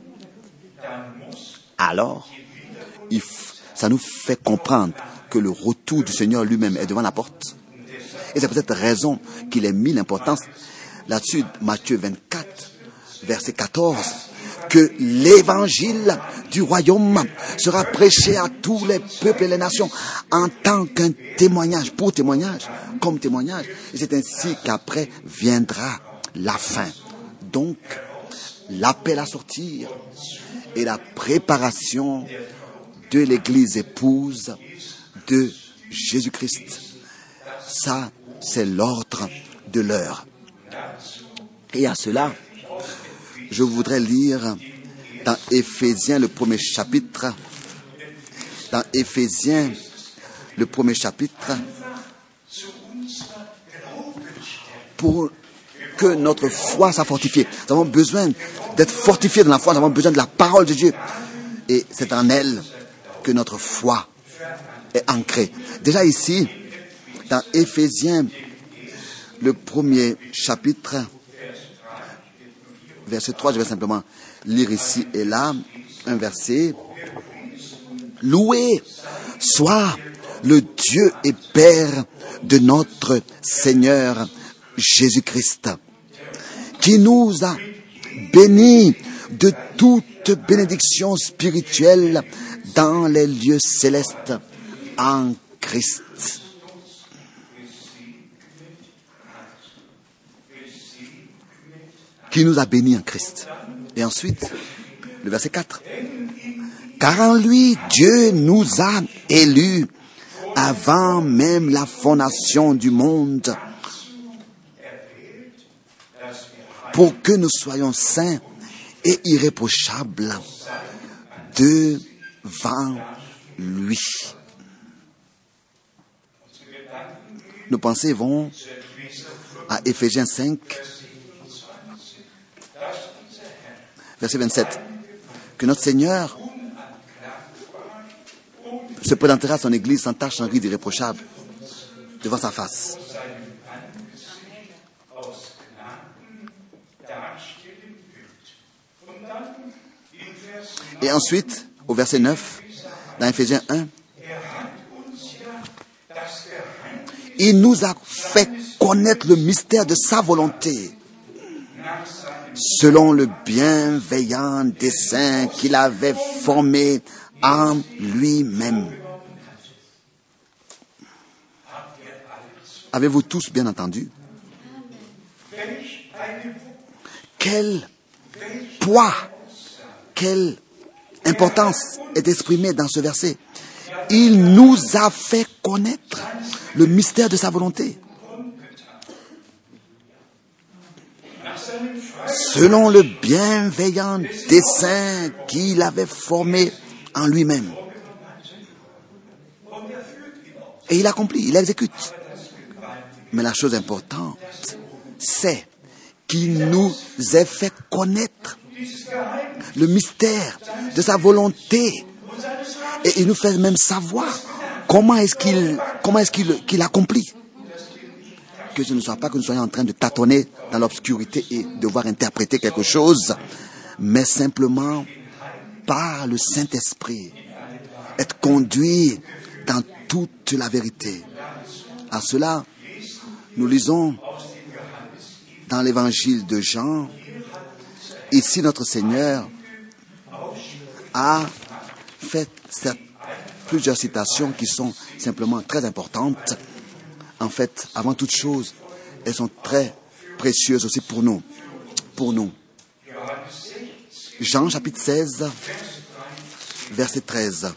alors ça nous fait comprendre que le retour du Seigneur lui-même est devant la porte. Et c'est pour cette raison qu'il a mis l'importance là-dessus. Matthieu 24, verset 14. que l'évangile du royaume sera prêché à tous les peuples et les nations en tant qu'un témoignage, pour témoignage, comme témoignage. Et c'est ainsi qu'après viendra la fin. Donc, l'appel à sortir et la préparation de l'Église épouse de Jésus-Christ. Ça, c'est l'ordre de l'heure. Et à cela, je voudrais lire dans Éphésiens le premier chapitre. Dans Éphésiens le premier chapitre, pour que notre foi soit fortifiée. Nous avons besoin d'être fortifiés dans la foi, nous avons besoin de la parole de Dieu. Et c'est en elle que notre foi est ancrée. Déjà ici, dans Éphésiens, le premier chapitre, verset 3, je vais simplement lire ici et là, un verset. Loué soit le Dieu et Père de notre Seigneur Jésus-Christ, qui nous a bénis de toute bénédiction spirituelle dans les lieux célestes en Christ. Qui nous a bénis en Christ. Et ensuite, le verset 4. Car en lui, Dieu nous a élus avant même la fondation du monde, pour que nous soyons saints et irréprochables devant lui. Nos pensées vont à Éphésiens 5, verset 27. Que notre Seigneur se présentera à son Église sans tache, sans ride, irréprochable, devant sa face. Et ensuite, au verset 9, dans Éphésiens 1, il nous a fait connaître le mystère de sa volonté, selon le bienveillant dessein qu'il avait formé en lui-même. Avez-vous tous bien entendu? Quel poids, quelle importance est exprimée dans ce verset. Il nous a fait connaître le mystère de sa volonté. Selon le bienveillant dessein qu'il avait formé en lui-même. Et il accomplit, il exécute. Mais la chose importante, c'est qu'il nous ait fait connaître le mystère de sa volonté. Et il nous fait même savoir comment est-ce qu'il accomplit. Que ce ne soit pas que nous soyons en train de tâtonner dans l'obscurité et devoir interpréter quelque chose, mais simplement par le Saint-Esprit, être conduit dans toute la vérité. À cela, nous lisons dans l'évangile de Jean, ici notre Seigneur a fait plusieurs citations qui sont simplement très importantes. En fait, avant toute chose, elles sont très précieuses aussi pour nous. Jean chapitre 16, verset 13.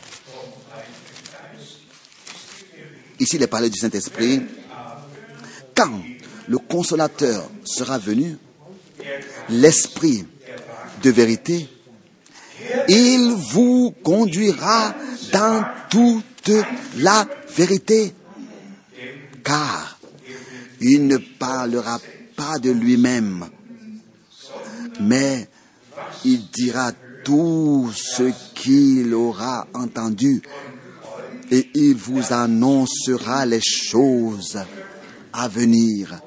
Ici, il est parlé du Saint-Esprit. Quand le Consolateur sera venu, l'Esprit de vérité, il vous conduira dans toute la vérité. Car il ne parlera pas de lui-même, mais il dira tout ce qu'il aura entendu et il vous annoncera les choses à venir.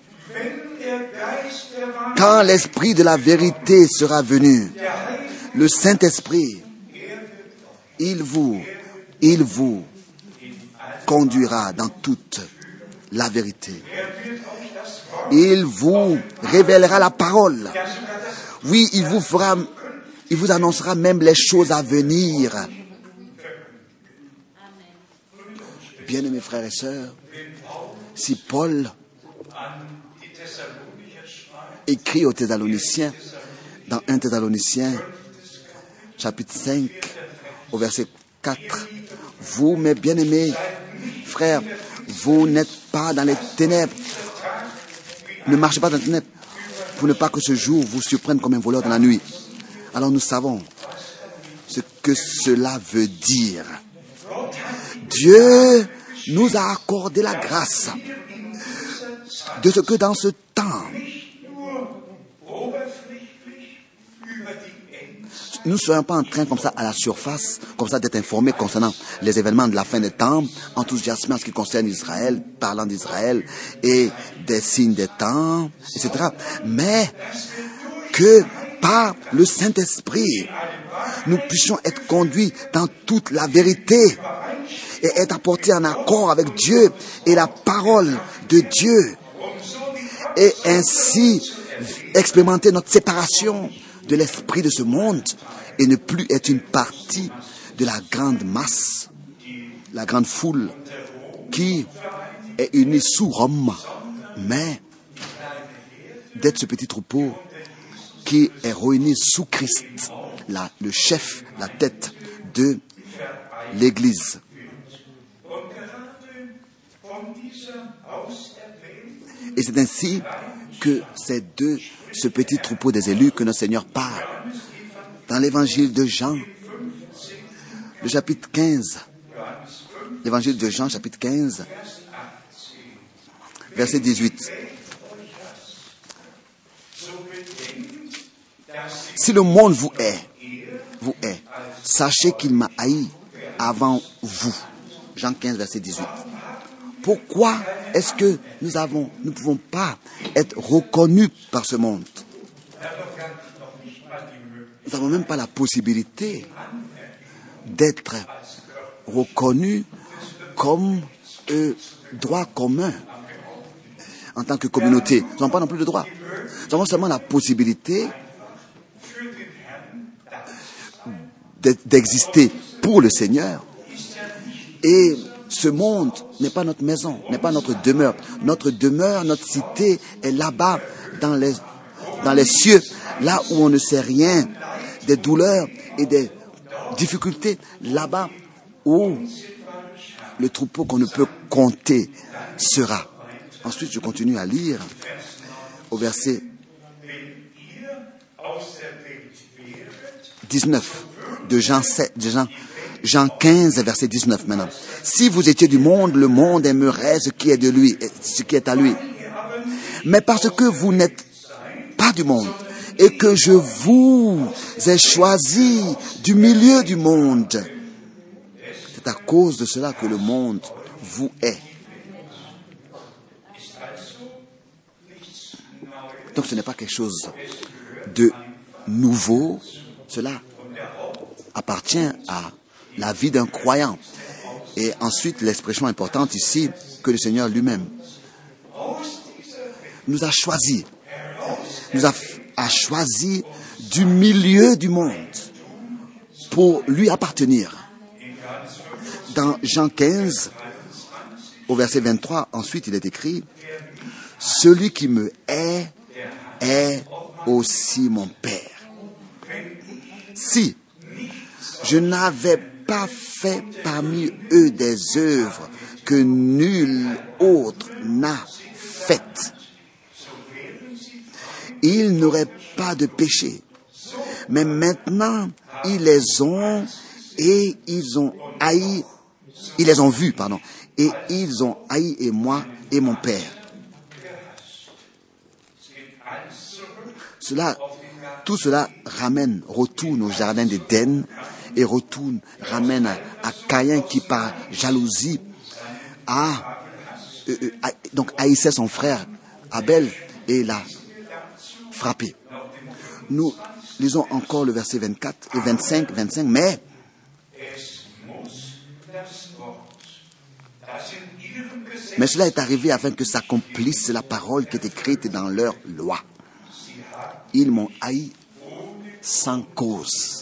Quand l'Esprit de la vérité sera venu, le Saint-Esprit, il vous conduira dans toute la vérité. Il vous révélera la parole. Oui, il vous fera Il vous annoncera même les choses à venir. Bien-aimés frères et sœurs, si Paul écrit aux Thessaloniciens, dans 1 Thessaloniciens, chapitre 5, au verset 4, vous, mes bien-aimés frères, vous n'êtes pas dans les ténèbres. Ne marchez pas dans les ténèbres pour ne pas que ce jour vous surprenne comme un voleur dans la nuit. Alors nous savons ce que cela veut dire. Dieu nous a accordé la grâce de ce que dans ce temps, nous ne soyons pas en train comme ça à la surface, comme ça d'être informés concernant les événements de la fin des temps, enthousiasmés en ce qui concerne Israël, parlant d'Israël et des signes des temps, etc. Mais que par le Saint-Esprit, nous puissions être conduits dans toute la vérité et être apportés en accord avec Dieu et la parole de Dieu et ainsi expérimenter notre séparation de l'esprit de ce monde et ne plus être une partie de la grande masse, la grande foule qui est unie sous Rome, mais d'être ce petit troupeau qui est réuni sous Christ, le chef, la tête de l'Église. Et c'est ainsi que c'est de ce petit troupeau des élus que notre Seigneur parle. Dans l'évangile de Jean, le chapitre 15, l'évangile de Jean, chapitre 15, verset 18. Si le monde vous hait, sachez qu'il m'a haï avant vous. Jean 15, verset 18. Pourquoi est-ce que nous ne pouvons pas être reconnus par ce monde? Nous n'avons même pas la possibilité d'être reconnus comme droit commun en tant que communauté. Nous n'avons pas non plus de droit. Nous avons seulement la possibilité d'exister pour le Seigneur. Et ce monde n'est pas notre maison, n'est pas notre demeure. Notre demeure, notre cité est là-bas, dans les cieux, là où on ne sait rien des douleurs et des difficultés, là-bas où le troupeau qu'on ne peut compter sera. Ensuite, je continue à lire au verset 19 de Jean 15, verset 19 maintenant. Si vous étiez du monde, le monde aimerait ce qui est de lui, ce qui est à lui. Mais parce que vous n'êtes pas du monde et que je vous ai choisi du milieu du monde, c'est à cause de cela que le monde vous hait. Donc ce n'est pas quelque chose de nouveau, cela appartient à la vie d'un croyant. Et ensuite, l'expression importante ici, que le Seigneur lui-même nous a choisis, a choisi du milieu du monde pour lui appartenir. Dans Jean 15, au verset 23, ensuite il est écrit, « Celui qui me hait est aussi mon Père. Si je n'avais pas fait parmi eux des œuvres que nul autre n'a faites, ils n'auraient pas de péché. Mais maintenant, ils les ont et ils ont haï, ils les ont vus, et ils ont haï et moi et mon Père. » Tout cela retourne au jardin d'Éden et ramène à Caïn qui par jalousie donc haïssait son frère Abel et l'a frappé. Nous lisons encore le verset 24 et 25, mais cela est arrivé afin que s'accomplisse la parole qui est écrite dans leur loi. Ils m'ont haï sans cause.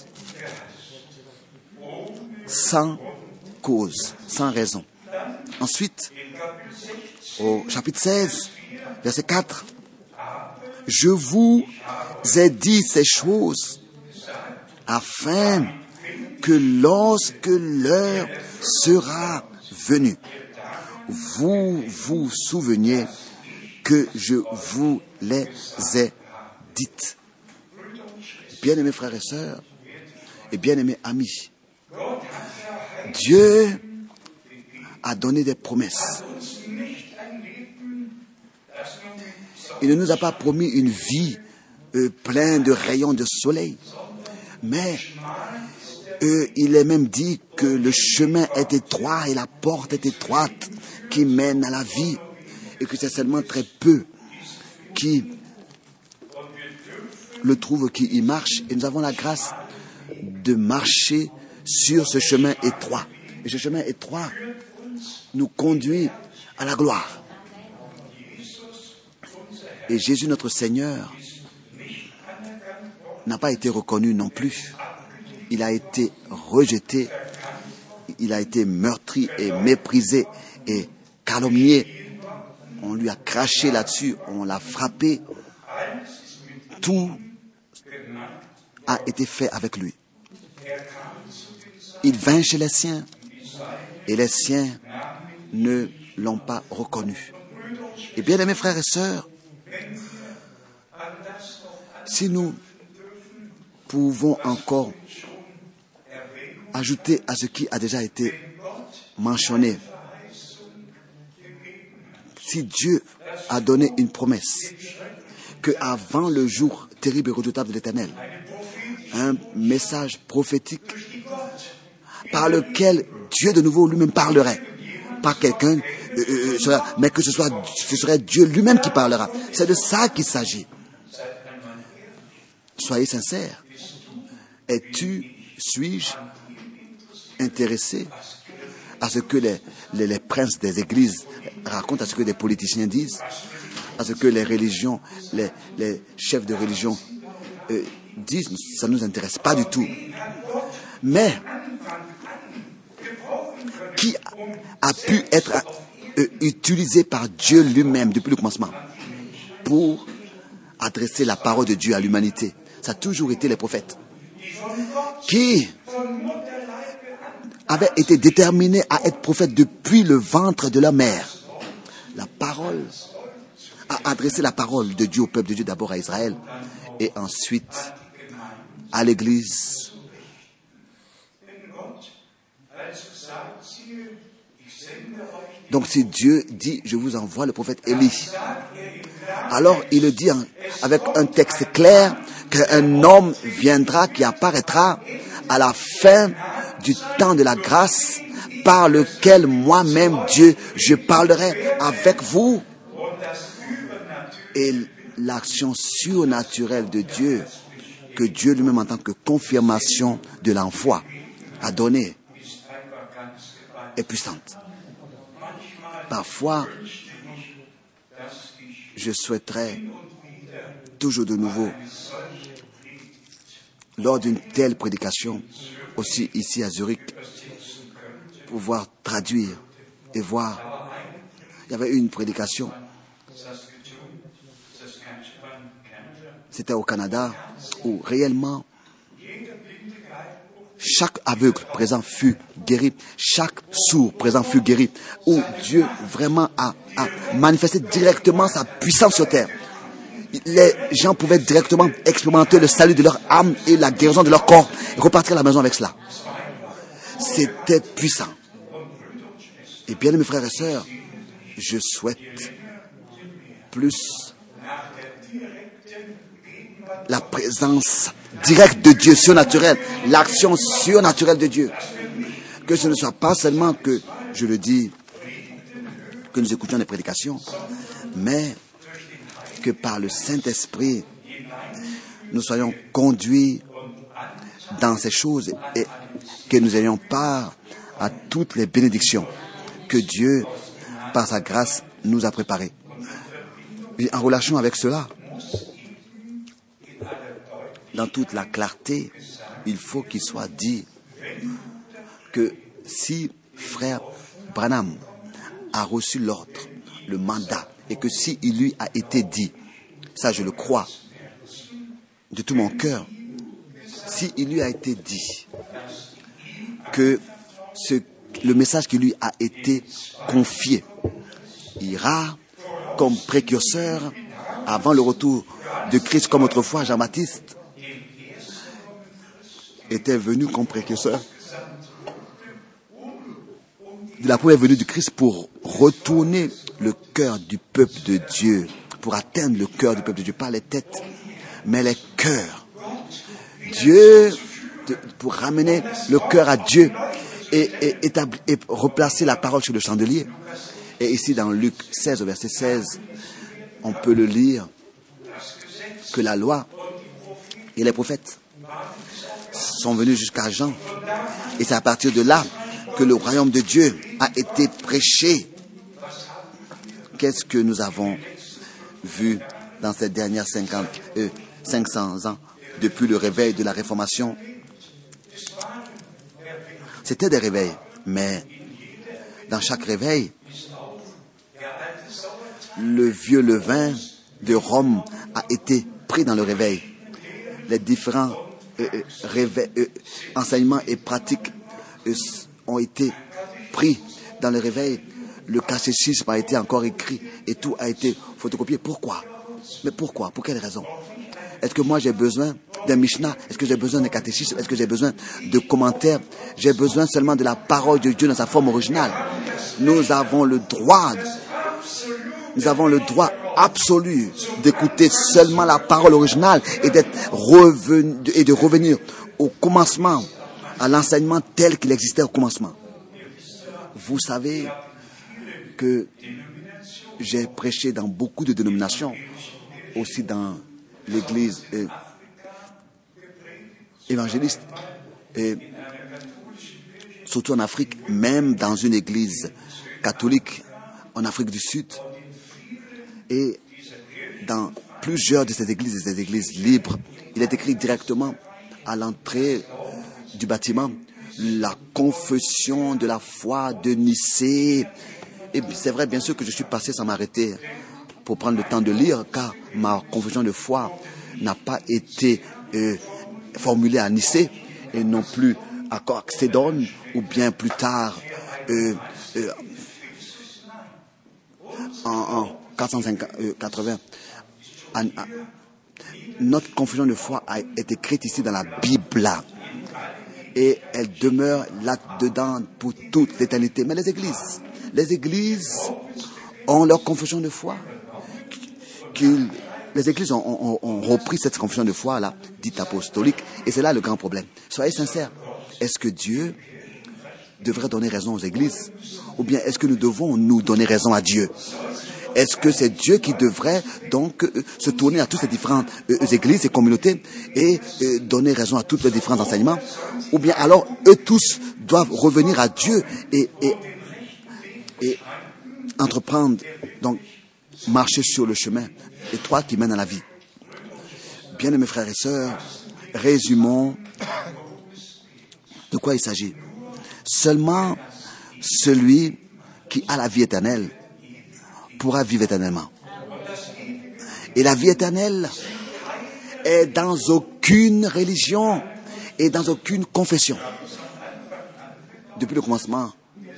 Sans cause, sans raison. Ensuite, au chapitre 16, verset 4, « Je vous ai dit ces choses afin que lorsque l'heure sera venue, vous vous souveniez que je vous les ai dites. » Bien-aimés frères et sœurs, et bien-aimés amis, Dieu a donné des promesses. Il ne nous a pas promis une vie pleine de rayons de soleil, mais il est même dit que le chemin est étroit et la porte est étroite qui mène à la vie, et que c'est seulement très peu qui le trouvent, qui y marchent, et nous avons la grâce de marcher sur ce chemin étroit. Et ce chemin étroit nous conduit à la gloire. Et Jésus, notre Seigneur, n'a pas été reconnu non plus. Il a été rejeté, il a été meurtri et méprisé et calomnié. On lui a craché là-dessus, on l'a frappé. Tout a été fait avec lui. Il vint chez les siens et les siens ne l'ont pas reconnu. Et bien, mes frères et sœurs, si nous pouvons encore ajouter à ce qui a déjà été mentionné, si Dieu a donné une promesse que avant le jour terrible et redoutable de l'Éternel, un message prophétique par lequel Dieu de nouveau lui-même parlerait, pas quelqu'un, mais que ce serait Dieu lui-même qui parlera. C'est de ça qu'il s'agit. Soyez sincères. Suis-je intéressé à ce que les princes des églises racontent, à ce que les politiciens disent, à ce que les religions, les chefs de religion disent? Ça ne nous intéresse pas du tout. Mais qui a pu être utilisé par Dieu lui-même depuis le commencement pour adresser la parole de Dieu à l'humanité? Ça a toujours été les prophètes qui avaient été déterminés à être prophètes depuis le ventre de leur mère. La parole a adressé la parole de Dieu au peuple de Dieu, d'abord à Israël et ensuite à l'Église. Donc si Dieu dit, je vous envoie le prophète Élie, alors il le dit avec un texte clair qu'un homme viendra qui apparaîtra à la fin du temps de la grâce, par lequel moi-même, Dieu, je parlerai avec vous. Et l'action surnaturelle de Dieu, que Dieu lui-même en tant que confirmation de l'envoi a donnée, est puissante. Parfois, je souhaiterais toujours de nouveau, lors d'une telle prédication, aussi ici à Zurich, pouvoir traduire et voir. Il y avait une prédication, c'était au Canada, où réellement chaque aveugle présent fut guéri, chaque sourd présent fut guéri, où Dieu vraiment a manifesté directement sa puissance sur terre. Les gens pouvaient directement expérimenter le salut de leur âme et la guérison de leur corps et repartir à la maison avec cela. C'était puissant. Et bien, mes frères et sœurs, je souhaite plus la présence directe de Dieu, surnaturelle, l'action surnaturelle de Dieu. Que ce ne soit pas seulement que, je le dis, que nous écoutions des prédications, mais que par le Saint-Esprit, nous soyons conduits dans ces choses et que nous ayons part à toutes les bénédictions que Dieu, par sa grâce, nous a préparées. Et en relation avec cela, dans toute la clarté, il faut qu'il soit dit que si frère Branham a reçu l'ordre, le mandat, et que si il lui a été dit, ça je le crois de tout mon cœur, si il lui a été dit que le message qui lui a été confié ira comme précurseur avant le retour de Christ, comme autrefois Jean-Baptiste était venu comme précurseur de la première venue du Christ pour retourner le cœur du peuple de Dieu, pour atteindre le cœur du peuple de Dieu, pas les têtes, mais les cœurs. Dieu, pour ramener le cœur à Dieu et replacer la parole sur le chandelier. Et ici dans Luc 16, au verset 16, on peut le lire, que la loi et les prophètes sont venus jusqu'à Jean. Et c'est à partir de là que le royaume de Dieu a été prêché. Qu'est-ce que nous avons vu dans ces dernières 500 ans, depuis le réveil de la Réformation? C'était des réveils, mais dans chaque réveil, le vieux levain de Rome a été pris dans le réveil. Les différents enseignements et pratiques ont été pris dans le réveil. Le catéchisme a été encore écrit et tout a été photocopié. Pourquoi? Mais pourquoi? Pour quelle raison? Est-ce que moi j'ai besoin d'un Mishnah? Est-ce que j'ai besoin d'un catéchisme? Est-ce que j'ai besoin de commentaires? J'ai besoin seulement de la parole de Dieu dans sa forme originale. Nous avons le droit absolu d'écouter seulement la parole originale et de revenir au commencement, à l'enseignement tel qu'il existait au commencement. Vous savez que j'ai prêché dans beaucoup de dénominations, aussi dans l'église évangéliste, et surtout en Afrique, même dans une église catholique en Afrique du Sud, et dans plusieurs de ces églises libres, il est écrit directement à l'entrée du bâtiment la confession de la foi de Nicée. Et c'est vrai, bien sûr, que je suis passé sans m'arrêter pour prendre le temps de lire, car ma confession de foi n'a pas été formulée à Nicée et non plus à Chalcédoine ou bien plus tard en 480. Notre confession de foi est écrite ici dans la Bible et elle demeure là-dedans pour toute l'éternité. Mais les églises ont leur confession de foi. Les églises ont repris cette confession de foi là, dite apostolique, et c'est là le grand problème. Soyez sincères. Est-ce que Dieu devrait donner raison aux églises, ou bien est-ce que nous devons nous donner raison à Dieu? Est-ce que c'est Dieu qui devrait donc se tourner à toutes ces différentes églises et communautés et donner raison à tous les différents enseignements? Ou bien alors eux tous doivent revenir à Dieu et entreprendre, donc marcher sur le chemin étroit qui mène à la vie? Bien-aimés frères et sœurs, résumons de quoi il s'agit. Seulement celui qui a la vie éternelle pourra vivre éternellement. Et la vie éternelle est dans aucune religion et dans aucune confession. Depuis le commencement,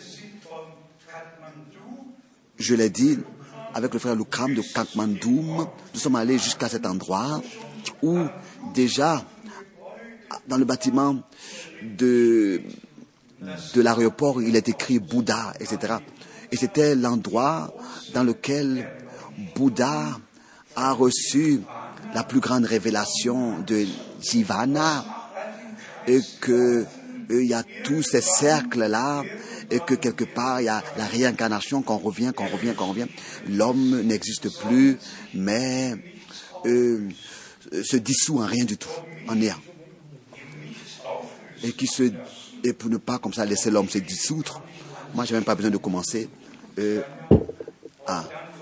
je l'ai dit avec le frère Lukram de Kathmandu, nous sommes allés jusqu'à cet endroit où déjà dans le bâtiment de l'aéroport il est écrit Bouddha, etc. Et c'était l'endroit dans lequel Bouddha a reçu la plus grande révélation de Jivana, et que il y a tous ces cercles-là, et que quelque part il y a la réincarnation, qu'on revient. L'homme n'existe plus, mais se dissout en rien du tout, en néant. Et pour ne pas comme ça laisser l'homme se dissoudre, moi j'ai même pas besoin de commencer.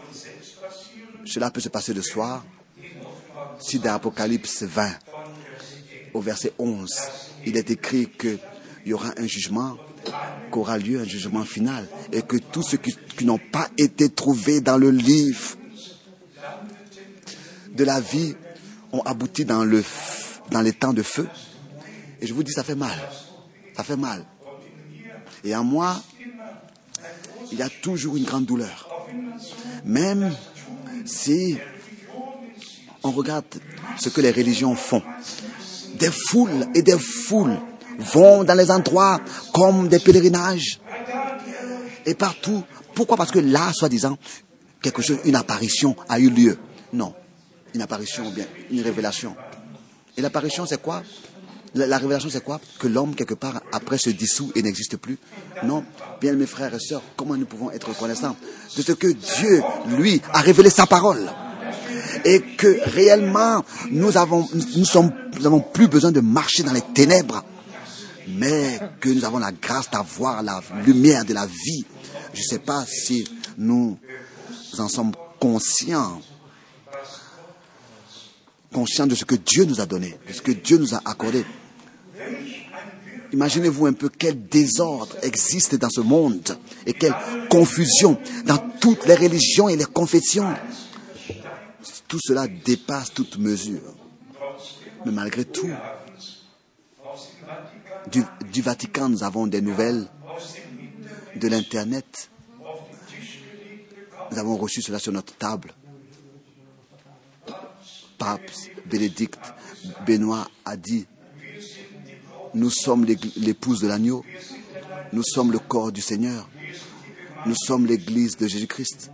Cela peut se passer le soir. Si dans Apocalypse 20, au verset 11, il est écrit qu'il y aura un jugement, qu'aura lieu un jugement final, et que tous ceux qui n'ont pas été trouvés dans le livre de la vie ont abouti dans les temps de feu. Et je vous dis, ça fait mal. Ça fait mal. Et en moi, il y a toujours une grande douleur. Même si on regarde ce que les religions font. Des foules et des foules vont dans les endroits comme des pèlerinages. Et partout. Pourquoi? Parce que là, soi-disant, une apparition a eu lieu. Non. Une apparition ou bien une révélation. Et l'apparition, c'est quoi? La révélation, c'est quoi? Que l'homme, quelque part, après se dissout et n'existe plus. Non. Bien, mes frères et sœurs, comment nous pouvons être reconnaissants de ce que Dieu, lui, a révélé sa parole? Et que réellement, nous avons plus besoin de marcher dans les ténèbres, mais que nous avons la grâce d'avoir la lumière de la vie. Je ne sais pas si nous en sommes conscients de ce que Dieu nous a donné, de ce que Dieu nous a accordé. Imaginez-vous un peu quel désordre existe dans ce monde et quelle confusion dans toutes les religions et les confessions. Tout cela dépasse toute mesure. Mais malgré tout, du Vatican, nous avons des nouvelles, de l'Internet. Nous avons reçu cela sur notre table. Pape Bénédicte Benoît a dit, nous sommes l'épouse de l'agneau, nous sommes le corps du Seigneur, nous sommes l'église de Jésus-Christ.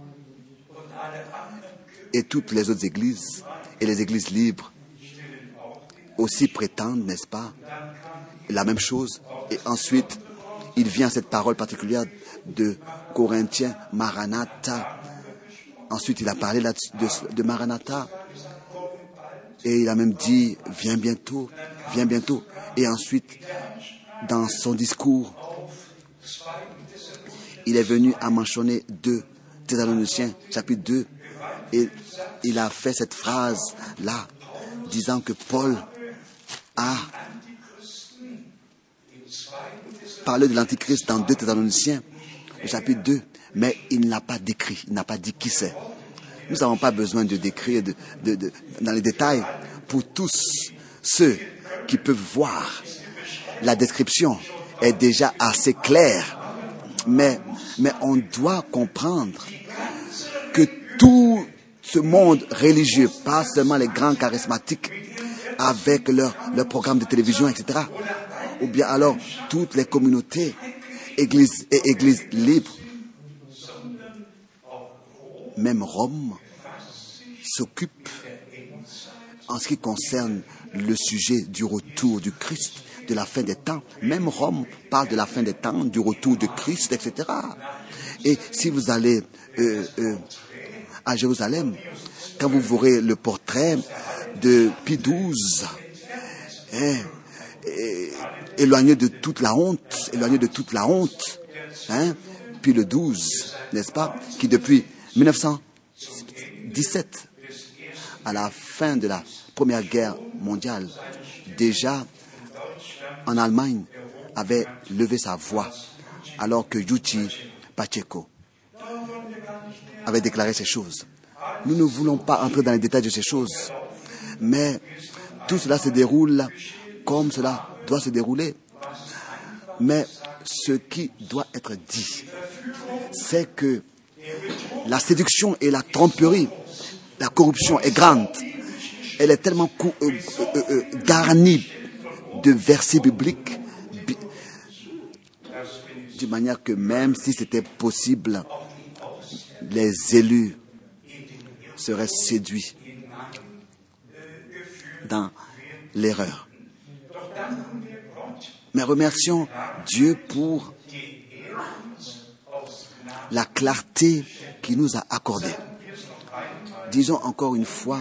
Et toutes les autres églises, et les églises libres, aussi prétendent, n'est-ce pas, la même chose. Et ensuite, il vient cette parole particulière de Corinthiens, Maranatha. Ensuite, il a parlé de Maranatha. Et il a même dit, viens bientôt, viens bientôt. Et ensuite, dans son discours, il est venu à mentionner 2 Thessaloniciens, chapitre 2. Et il a fait cette phrase-là, disant que Paul a parlé de l'Antichrist dans 2 Thessaloniciens, chapitre 2, mais il ne l'a pas décrit, il n'a pas dit qui c'est. Nous n'avons pas besoin de décrire dans les détails. Pour tous ceux qui peuvent voir, la description est déjà assez claire. Mais on doit comprendre que tout ce monde religieux, pas seulement les grands charismatiques avec leur programme de télévision, etc., ou bien alors toutes les communautés, églises et églises libres, même Rome s'occupe en ce qui concerne le sujet du retour du Christ, de la fin des temps. Même Rome parle de la fin des temps, du retour du Christ, etc. Et si vous allez à Jérusalem, quand vous verrez le portrait de Pie XII, éloigné de toute la honte, Pie le XII, n'est-ce pas, qui depuis 1917, à la fin de la Première Guerre mondiale, déjà en Allemagne, avait levé sa voix, alors que Yuji Pacheco avait déclaré ces choses. Nous ne voulons pas entrer dans les détails de ces choses, mais tout cela se déroule comme cela doit se dérouler. Mais ce qui doit être dit, c'est que la séduction et la tromperie, la corruption est grande. Elle est tellement garnie de versets bibliques, de manière que même si c'était possible, les élus seraient séduits dans l'erreur. Mais remercions Dieu pour la clarté qu'il nous a accordée. Disons encore une fois,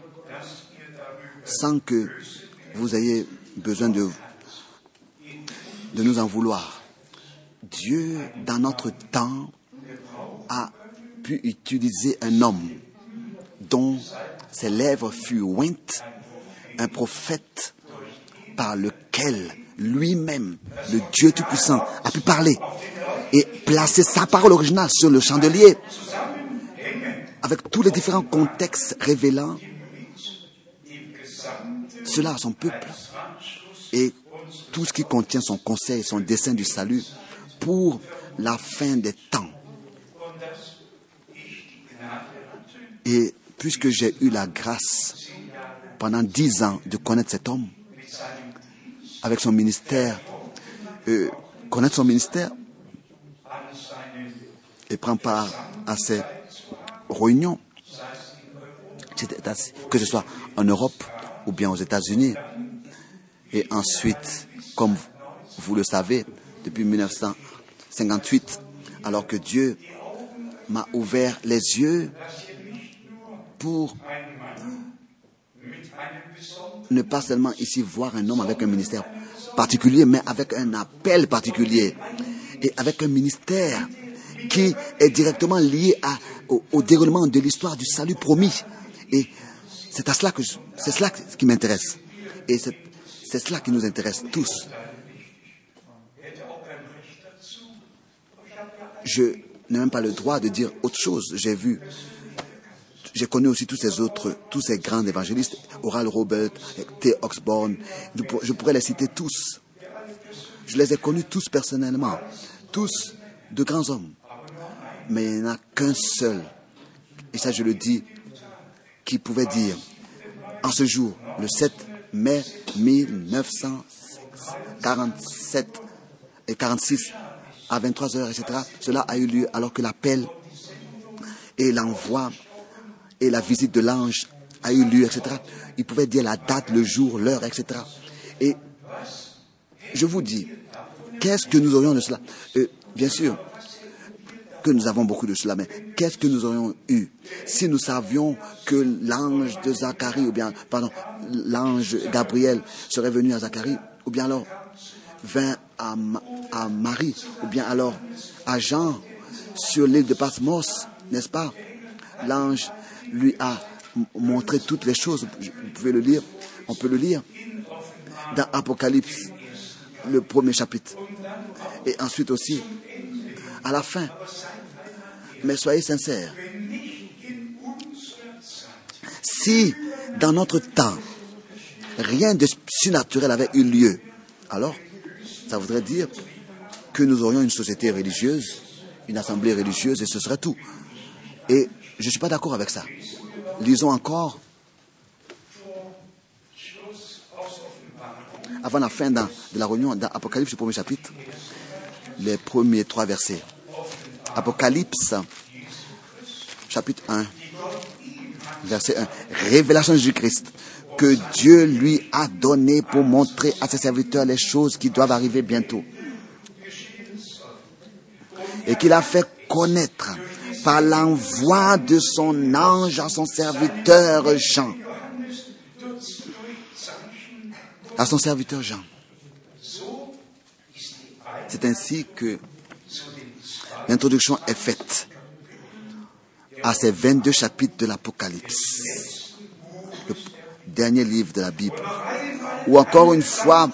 sans que vous ayez besoin de nous en vouloir. Dieu, dans notre temps, a pu utiliser un homme dont ses lèvres furent ointes, un prophète par lequel lui-même, le Dieu Tout-Puissant, a pu parler et placer sa parole originale sur le chandelier, avec tous les différents contextes révélant cela à son peuple et tout ce qui contient son conseil, son dessein du salut pour la fin des temps. Et puisque j'ai eu la grâce pendant 10 ans de connaître cet homme, avec son ministère, connaître son ministère et prendre part à ses réunions, que ce soit en Europe ou bien aux États-Unis. Et ensuite, comme vous le savez, depuis 1958, alors que Dieu m'a ouvert les yeux pour ne pas seulement ici voir un homme avec un ministère particulier, mais avec un appel particulier et avec un ministère qui est directement lié au déroulement de l'histoire du salut promis. Et c'est cela qui m'intéresse. Et c'est cela qui nous intéresse tous. Je n'ai même pas le droit de dire autre chose. J'ai connu aussi tous ces grands évangélistes, Oral Roberts, T. Oxborn. Je pourrais les citer tous. Je les ai connus tous personnellement. Tous de grands hommes. Mais il n'y en a qu'un seul, et ça je le dis, qui pouvait dire, en ce jour, le 7 mai 1947 et 46, à 23h, etc., cela a eu lieu alors que l'appel et l'envoi et la visite de l'ange a eu lieu, etc. Il pouvait dire la date, le jour, l'heure, etc. Et je vous dis, qu'est-ce que nous aurions de cela? Bien sûr que nous avons beaucoup de cela, mais qu'est-ce que nous aurions eu si nous savions que l'ange de Zacharie, l'ange Gabriel serait venu à Zacharie, ou bien alors vint à Marie, ou bien alors à Jean sur l'île de Patmos, n'est-ce pas? L'ange lui a montré toutes les choses. Vous pouvez le lire, on peut le lire dans Apocalypse, le 1er chapitre. Et ensuite aussi, à la fin. Mais soyez sincères. Si, dans notre temps, rien de surnaturel avait eu lieu, alors, ça voudrait dire que nous aurions une société religieuse, une assemblée religieuse, et ce serait tout. Et je ne suis pas d'accord avec ça. Lisons encore, avant la fin de la réunion, dans Apocalypse, le 1er chapitre, les premiers 3 versets. Apocalypse, chapitre 1, verset 1. Révélation de Jésus-Christ, que Dieu lui a donné pour montrer à ses serviteurs les choses qui doivent arriver bientôt. Et qu'il a fait connaître par l'envoi de son ange à son serviteur Jean. À son serviteur Jean. C'est ainsi que l'introduction est faite à ces 22 chapitres de l'Apocalypse, le dernier livre de la Bible, où encore une fois,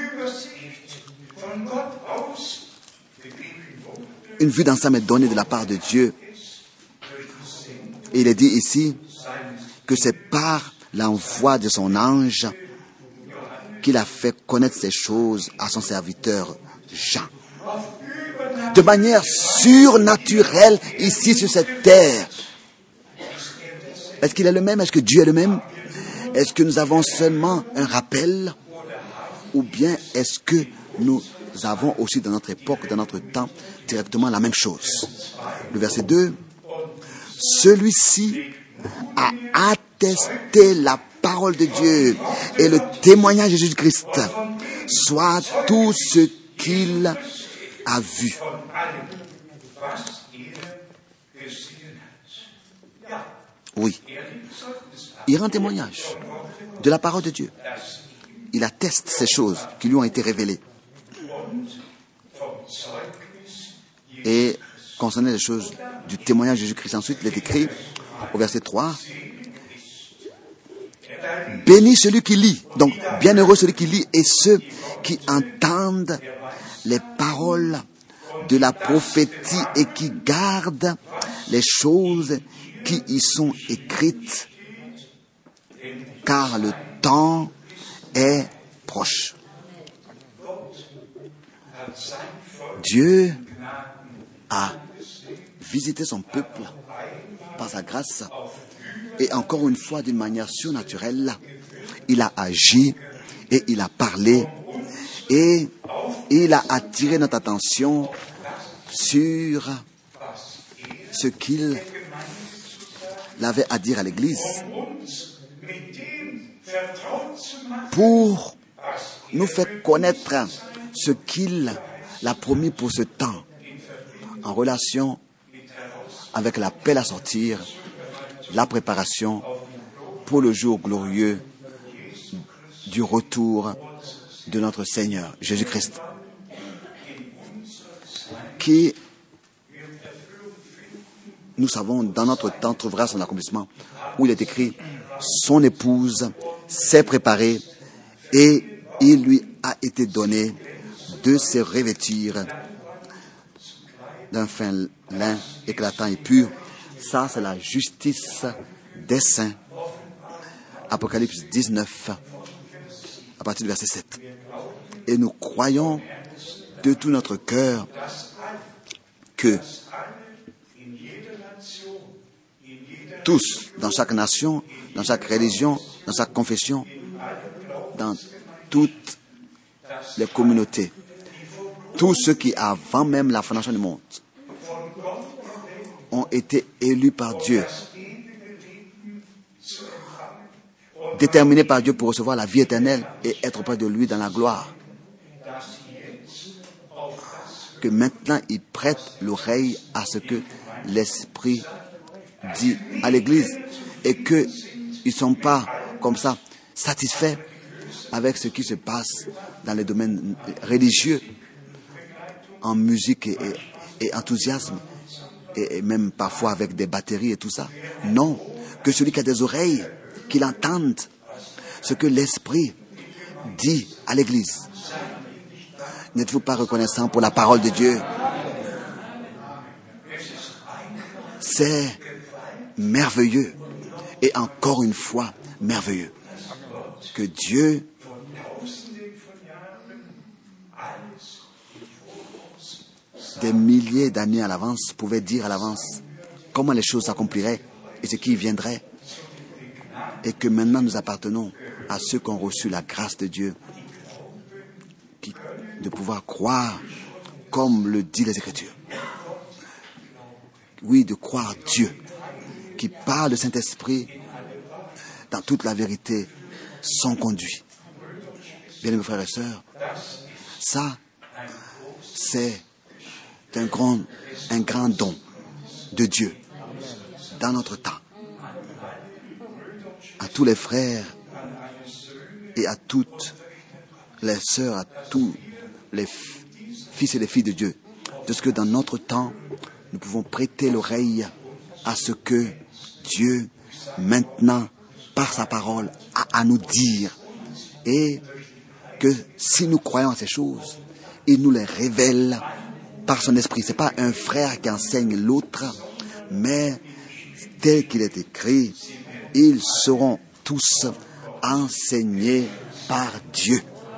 une vue d'ensemble est donnée de la part de Dieu. Et il est dit ici que c'est par l'envoi de son ange qu'il a fait connaître ces choses à son serviteur Jean. De manière surnaturelle ici sur cette terre. Est-ce qu'il est le même? Est-ce que Dieu est le même? Est-ce que nous avons seulement un rappel? Ou bien est-ce que nous avons aussi dans notre époque, dans notre temps, directement la même chose? Le verset 2. Celui-ci a attesté la parole de Dieu et le témoignage de Jésus-Christ, soit tout ce qu'il a vu. Oui. Il rend témoignage de la parole de Dieu. Il atteste ces choses qui lui ont été révélées. Et concernant les choses du témoignage de Jésus-Christ, ensuite il est écrit au verset 3, Béni celui qui lit. Donc, bienheureux celui qui lit et ceux qui entendent les paroles de la prophétie et qui gardent les choses qui y sont écrites, car le temps est proche. Dieu a visité son peuple par sa grâce et encore une fois d'une manière surnaturelle, il a agi et il a parlé et il a attiré notre attention sur ce qu'il avait à dire à l'Église pour nous faire connaître ce qu'il a promis pour ce temps en relation avec l'appel à sortir, la préparation pour le jour glorieux du retour de notre Seigneur Jésus-Christ, qui, nous savons, dans notre temps, trouvera son accomplissement, où il est écrit, son épouse s'est préparée et il lui a été donné de se revêtir d'un fin lin éclatant et pur. Ça, c'est la justice des saints. Apocalypse 19, à partir du verset 7. Et nous croyons de tout notre cœur que tous, dans chaque nation, dans chaque religion, dans chaque confession, dans toutes les communautés, tous ceux qui, avant même la fondation du monde, ont été élus par Dieu, déterminés par Dieu pour recevoir la vie éternelle et être auprès de lui dans la gloire, que maintenant ils prêtent l'oreille à ce que l'Esprit dit à l'Église et qu'ils ne sont pas comme ça satisfaits avec ce qui se passe dans les domaines religieux, en musique et enthousiasme, et même parfois avec des batteries et tout ça. Non, que celui qui a des oreilles, qu'il entende ce que l'Esprit dit à l'Église. N'êtes-vous pas reconnaissant pour la parole de Dieu? C'est merveilleux et encore une fois merveilleux que Dieu des milliers d'années à l'avance pouvait dire à l'avance comment les choses s'accompliraient et ce qui viendrait, et que maintenant nous appartenons à ceux qui ont reçu la grâce de Dieu, de pouvoir croire comme le dit les Écritures. Oui, de croire Dieu qui par le Saint-Esprit dans toute la vérité sont conduits. Bien, mes frères et sœurs, ça c'est un grand don de Dieu dans notre temps. À tous les frères et à toutes les sœurs, à tous les fils et les filles de Dieu, de ce que dans notre temps, nous pouvons prêter l'oreille à ce que Dieu, maintenant, par sa parole, a à nous dire. Et que si nous croyons à ces choses, il nous les révèle par son esprit. Ce n'est pas un frère qui enseigne l'autre, mais tel qu'il est écrit, ils seront tous enseignés par Dieu.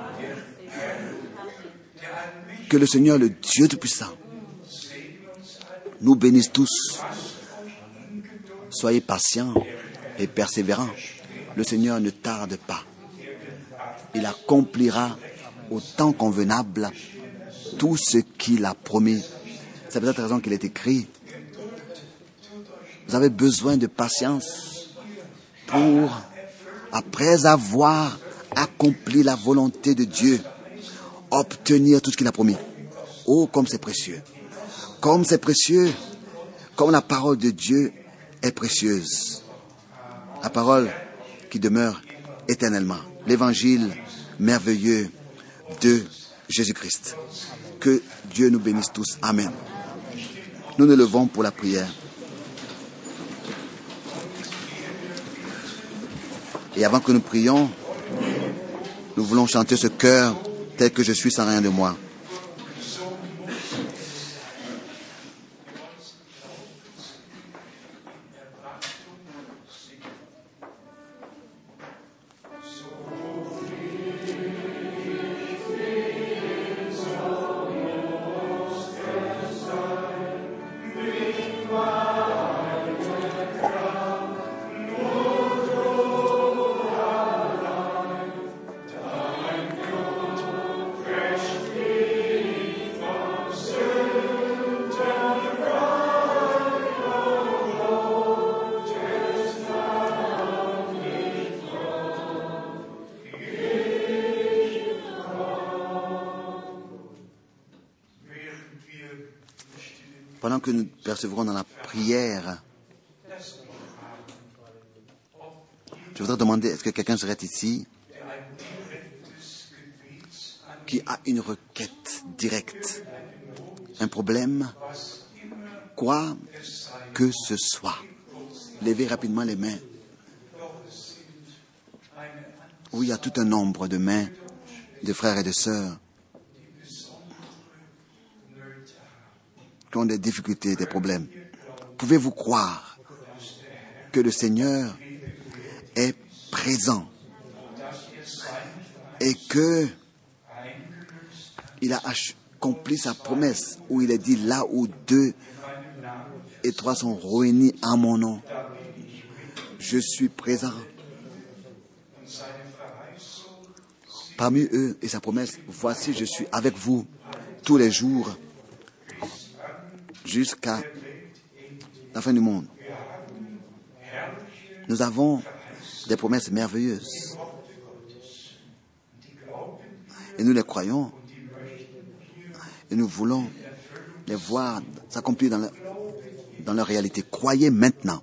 Que le Seigneur, le Dieu Tout-Puissant, nous bénisse tous. Soyez patients et persévérants. Le Seigneur ne tarde pas. Il accomplira au temps convenable tout ce qu'il a promis. C'est peut-être la raison qu'il est écrit. Vous avez besoin de patience pour, après avoir accompli la volonté de Dieu, obtenir tout ce qu'il a promis. Oh, comme c'est précieux. Comme c'est précieux. Comme la parole de Dieu est précieuse. La parole qui demeure éternellement. L'évangile merveilleux de Jésus-Christ. Que Dieu nous bénisse tous. Amen. Nous nous levons pour la prière. Et avant que nous prions, nous voulons chanter ce chœur tel que je suis sans rien de moi. Pendant que nous persévérons dans la prière, je voudrais demander, est-ce que quelqu'un serait ici qui a une requête directe, un problème, quoi que ce soit? Levez rapidement les mains. Oui, il y a tout un nombre de mains, de frères et de sœurs, qui ont des difficultés, des problèmes. Pouvez-vous croire que le Seigneur est présent et que il a accompli sa promesse où il a dit là où 2 et 3 sont réunis en mon nom, je suis présent parmi eux, et sa promesse, voici je suis avec vous tous les jours jusqu'à la fin du monde. Nous avons des promesses merveilleuses et nous les croyons et nous voulons les voir s'accomplir dans leur réalité. Croyez maintenant.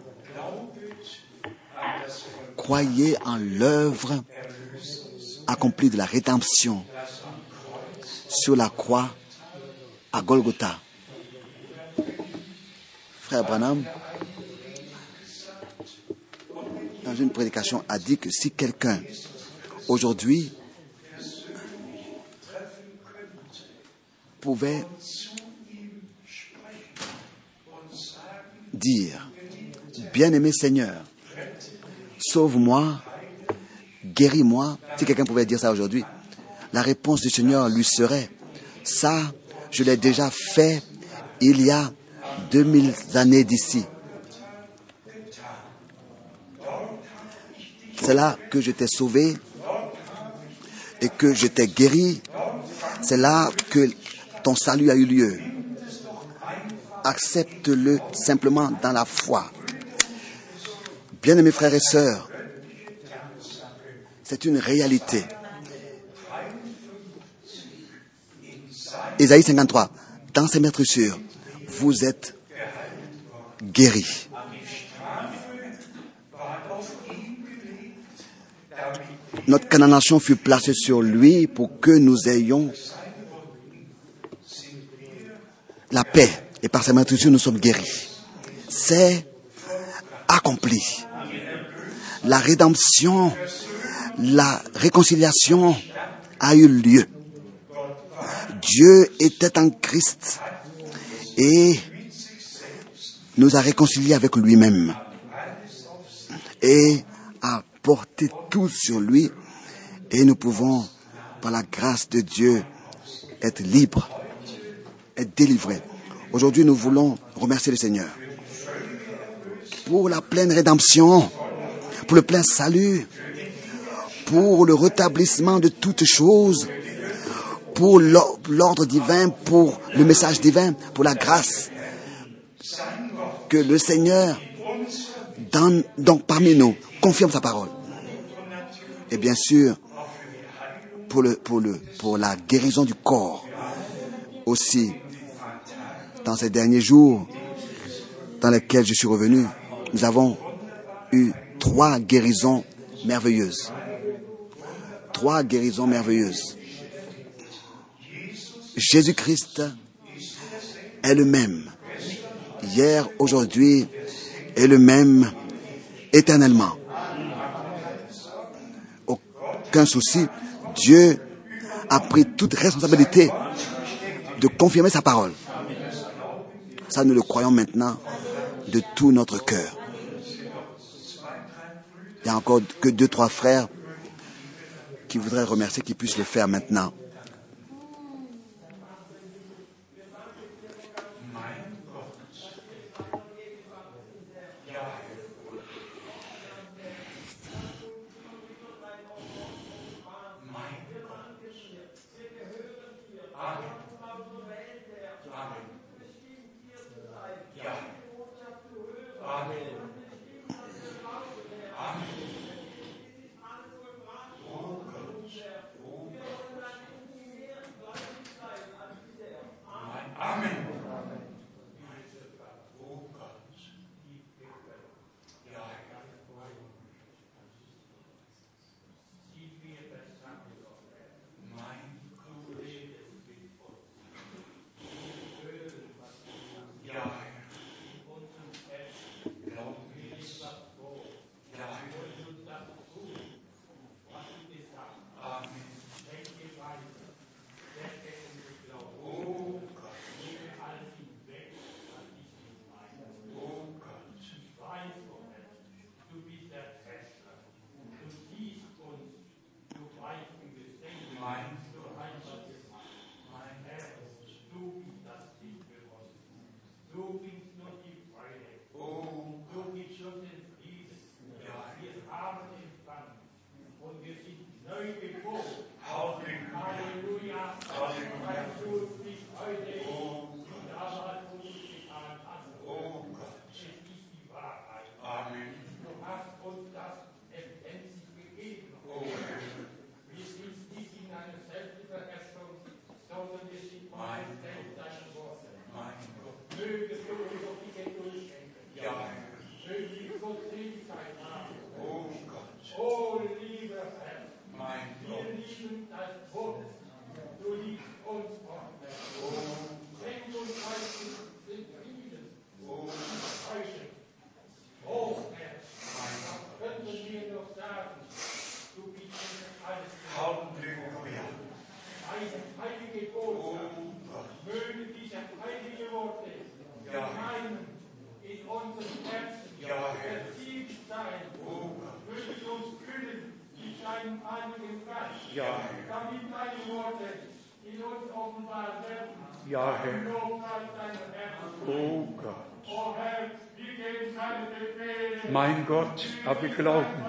Croyez en l'œuvre accomplie de la rédemption sur la croix à Golgotha. Frère Branham, dans une prédication, a dit que si quelqu'un, aujourd'hui, pouvait dire, bien-aimé Seigneur, sauve-moi, guéris-moi, si quelqu'un pouvait dire ça aujourd'hui, la réponse du Seigneur lui serait, ça, je l'ai déjà fait il y a 2000 années d'ici. C'est là que je t'ai sauvé et que je t'ai guéri. C'est là que ton salut a eu lieu. Accepte-le simplement dans la foi. Bien-aimés frères et sœurs, c'est une réalité. Ésaïe 53, dans ces meurtrissures, vous êtes guéris. Notre condamnation fut placée sur lui pour que nous ayons la paix. Et par ses meurtrissures, nous sommes guéris. C'est accompli. La rédemption, la réconciliation a eu lieu. Dieu était en Christ et nous a réconciliés avec lui-même et a porté tout sur lui, et nous pouvons, par la grâce de Dieu, être libres, être délivrés. Aujourd'hui, nous voulons remercier le Seigneur pour la pleine rédemption, pour le plein salut, pour le rétablissement de toutes choses, pour l'ordre divin, pour le message divin, pour la grâce que le Seigneur donne donc parmi nous, confirme sa parole. Et bien sûr, pour la guérison du corps aussi, dans ces derniers jours dans lesquels je suis revenu, nous avons eu 3 guérisons merveilleuses. 3 guérisons merveilleuses. Jésus-Christ est le même, hier, aujourd'hui, et le même éternellement. aucun souci. Dieu a pris toute responsabilité de confirmer sa parole. Ça, nous le croyons maintenant de tout notre cœur. Il y a encore que 2, 3 frères qui voudraient remercier, qui puissent le faire maintenant. Ja, Herr. Oh Gott. Mein Gott, aber wir glauben.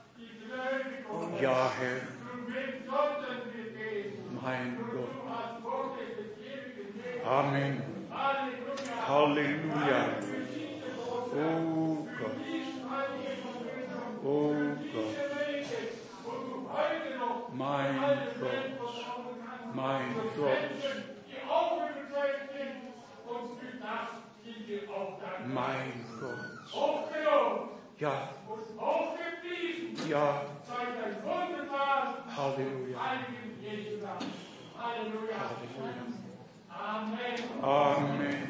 Ja, Herr. Mein Gott. Amen. Halleluja. Oh Gott. Oh Gott. Mein Gott. Mein Gott. Mein Gott. Ja. Ja. Halleluja. Halleluja. Amen.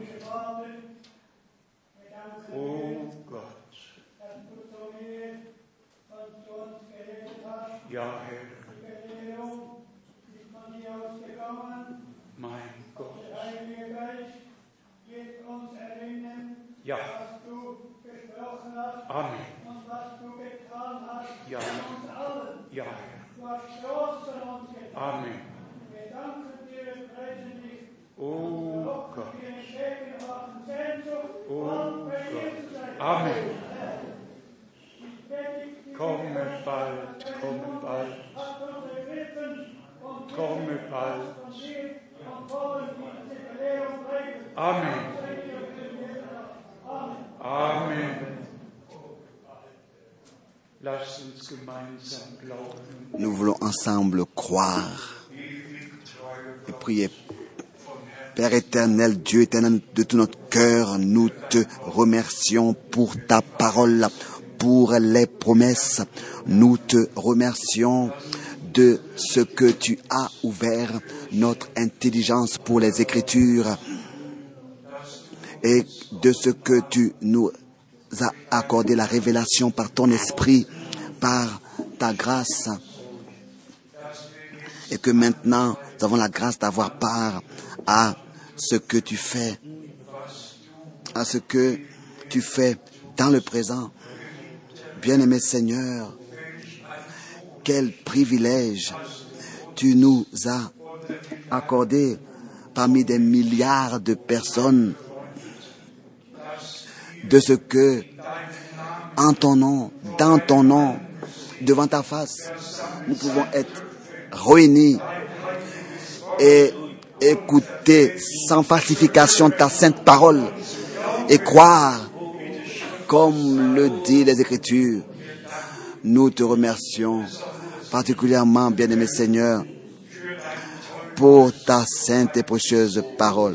Oh Gott. Ja, Herr. Mein Gott. Ja. Amen. Ja. Ja. Amen. Oh Gott. Oh Gott. Amen. Komme bald, komme bald. Komme bald. Amen. Amen. Lass uns gemeinsam glauben. Nous voulons ensemble croire et prier. Père éternel, Dieu éternel, de tout notre cœur, nous te remercions pour ta parole, pour les promesses. Nous te remercions de ce que tu as ouvert notre intelligence pour les Écritures et de ce que tu nous as accordé la révélation par ton esprit, par ta grâce. et que maintenant, nous avons la grâce d'avoir part à ce que tu fais, à ce que tu fais dans le présent. Bien-aimé Seigneur, quel privilège tu nous as accordé parmi des milliards de personnes, de ce que, en ton nom, dans ton nom, devant ta face, nous pouvons être réunis et écouter sans falsification ta sainte parole et croire comme le dit les Écritures. Nous te remercions particulièrement, bien-aimé Seigneur, pour ta sainte et précieuse parole,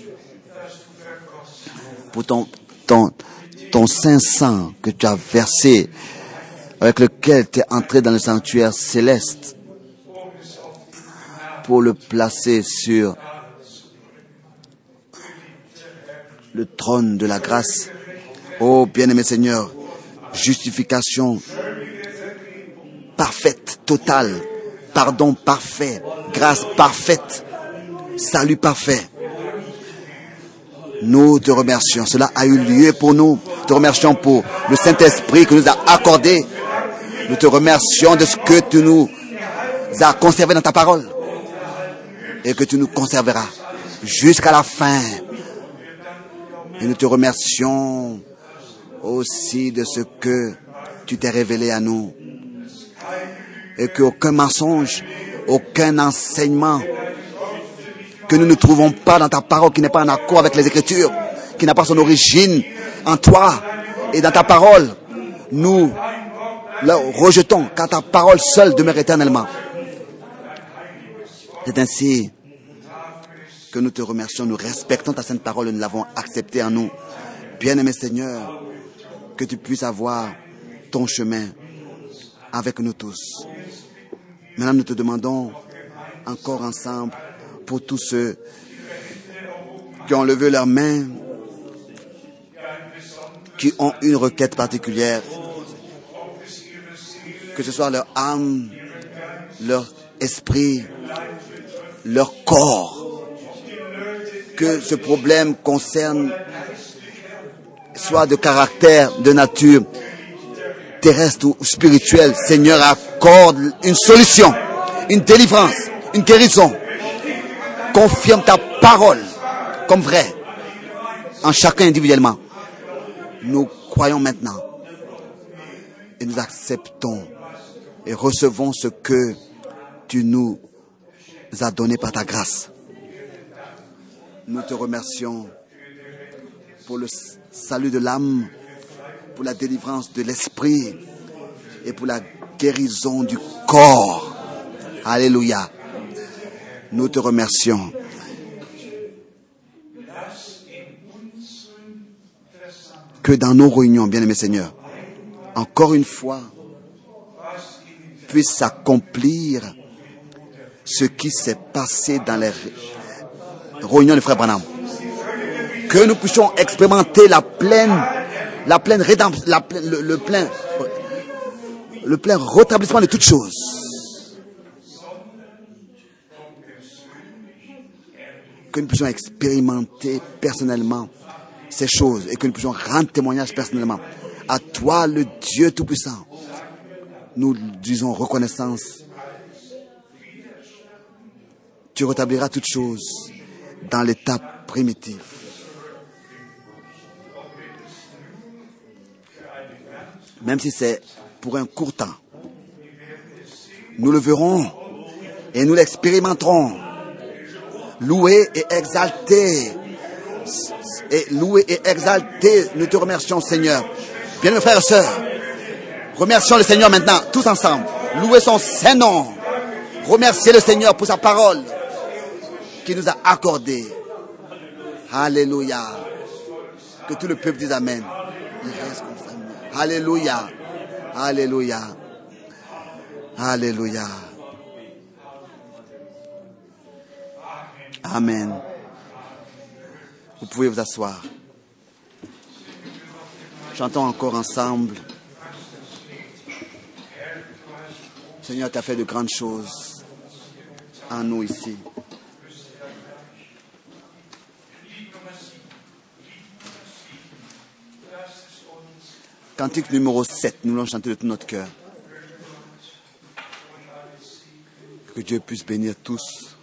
pour ton saint sang que tu as versé, avec lequel tu es entré dans le sanctuaire céleste, pour le placer sur le trône de la grâce. Oh, bien-aimé Seigneur, justification parfaite, totale, pardon parfait, grâce parfaite, salut parfait. Nous te remercions. Cela a eu lieu pour nous. Nous te remercions pour le Saint-Esprit que nous a accordé. Nous te remercions de ce que tu nous as conservé dans ta parole et que tu nous conserveras jusqu'à la fin. Et nous te remercions aussi de ce que tu t'es révélé à nous et qu'aucun mensonge, aucun enseignement que nous ne trouvons pas dans ta parole, qui n'est pas en accord avec les Écritures, qui n'a pas son origine en toi et dans ta parole, nous le rejetons, car ta parole seule demeure éternellement. C'est ainsi que nous te remercions, nous respectons ta sainte parole et nous l'avons acceptée en nous. Bien-aimé Seigneur, que tu puisses avoir ton chemin avec nous tous. Maintenant, nous te demandons encore ensemble pour tous ceux qui ont levé leurs mains, qui ont une requête particulière, que ce soit leur âme, leur esprit, leur corps, que ce problème concerne soit de caractère, de nature terrestre ou spirituelle. Seigneur, accorde une solution, une délivrance, une guérison. Confirme ta parole comme vraie en chacun individuellement. Nous croyons maintenant et nous acceptons et recevons ce que tu nous as donné par ta grâce. Nous te remercions pour le salut de l'âme, pour la délivrance de l'esprit et pour la guérison du corps. Alléluia. Nous te remercions. Que dans nos réunions, bien-aimé Seigneur, encore une fois, puisse s'accomplir ce qui s'est passé dans les réunions de Frère Branham. Que nous puissions expérimenter la pleine rédemption, le plein rétablissement de toutes choses. Que nous puissions expérimenter personnellement ces choses et que nous puissions rendre témoignage personnellement à toi, le Dieu Tout-Puissant. Nous disons reconnaissance. Tu rétabliras toutes choses dans l'état primitif. Même si c'est pour un court temps, nous le verrons et nous l'expérimenterons. Loué et exalté. Nous te remercions, Seigneur. Bien, mes frères et sœurs, remercions le Seigneur maintenant, tous ensemble. Louez son saint nom. Remerciez le Seigneur pour sa parole qu'il nous a accordée. Alléluia. Que tout le peuple dise Amen. Alléluia. Alléluia. Alléluia. Amen. Vous pouvez vous asseoir. Chantons encore ensemble. Seigneur, tu as fait de grandes choses. en nous ici. Cantique numéro 7, nous l'avons chanté de tout notre cœur. Que Dieu puisse bénir tous.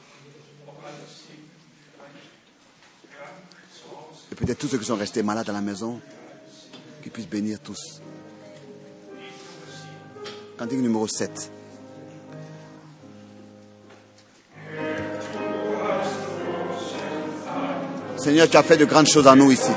Et peut-être tous ceux qui sont restés malades à la maison, qu'il puisse bénir tous. Cantique numéro 7. Seigneur, tu as fait de grandes choses en nous ici.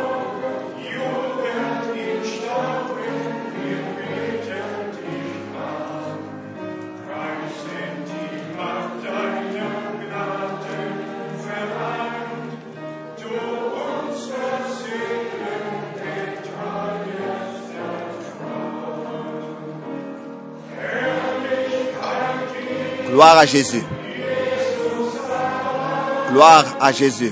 Gloire à Jésus. Gloire à Jésus.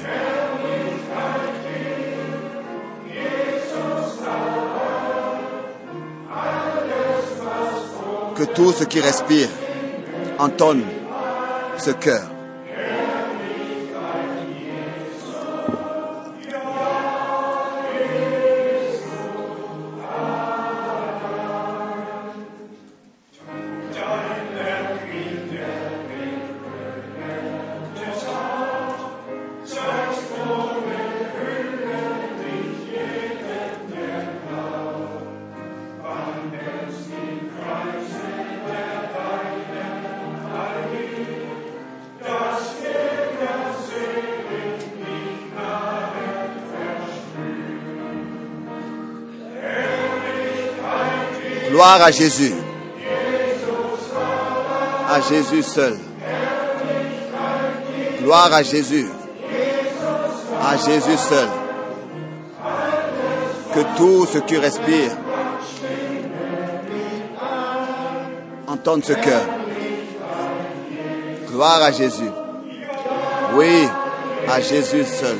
Que tout ce qui respire entonne ce cœur. Gloire à Jésus. À Jésus seul. Gloire à Jésus. À Jésus seul. Que tout ce qui respire entende ce cœur. Gloire à Jésus. Oui, à Jésus seul.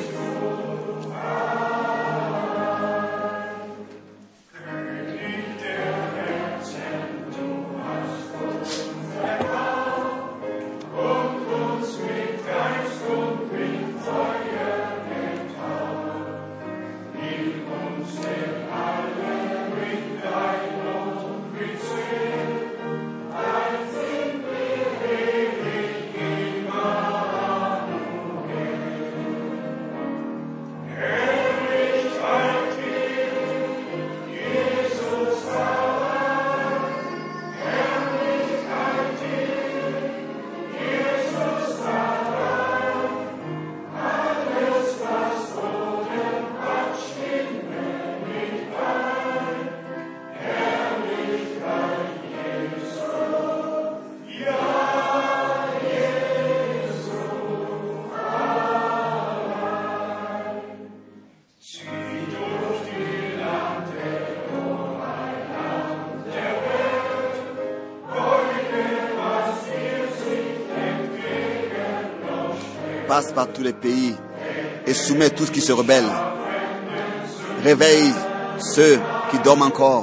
Passe par tous les pays et soumet tout ce qui se rebelle. Réveille ceux qui dorment encore.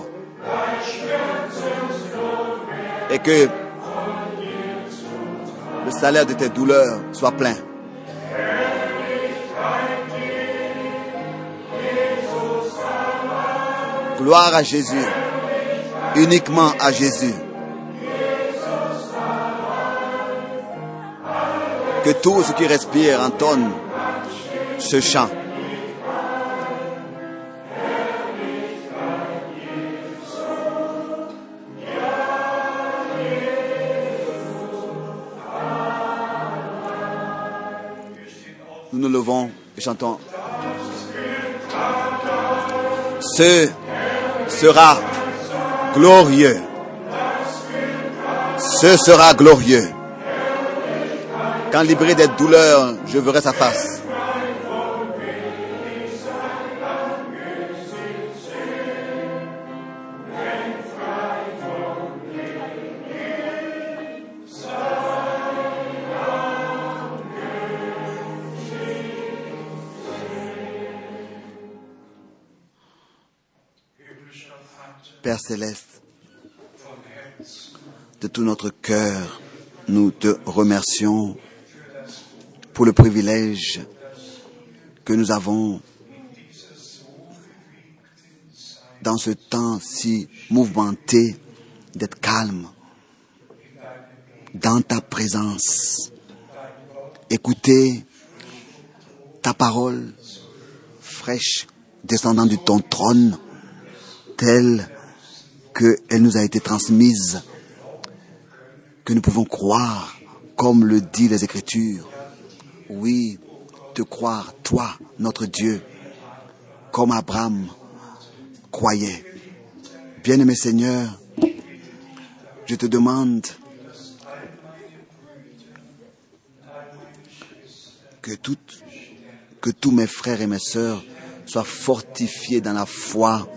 Et que le salaire de tes douleurs soit plein. Gloire à Jésus. Uniquement à Jésus. Que tout ce qui respire entonne ce chant. Nous nous levons et chantons. Ce sera glorieux. Ce sera glorieux. Quand libéré des douleurs, je verrai sa face. Père Céleste, de tout notre cœur, nous te remercions pour le privilège que nous avons dans ce temps si mouvementé d'être calme dans ta présence. Écouter ta parole fraîche descendant de ton trône telle qu'elle nous a été transmise, que nous pouvons croire comme le dit les Écritures. Oui, te croire, toi, notre Dieu, comme Abraham croyait. Bien-aimé Seigneur, je te demande que tous mes frères et mes sœurs soient fortifiés dans la foi,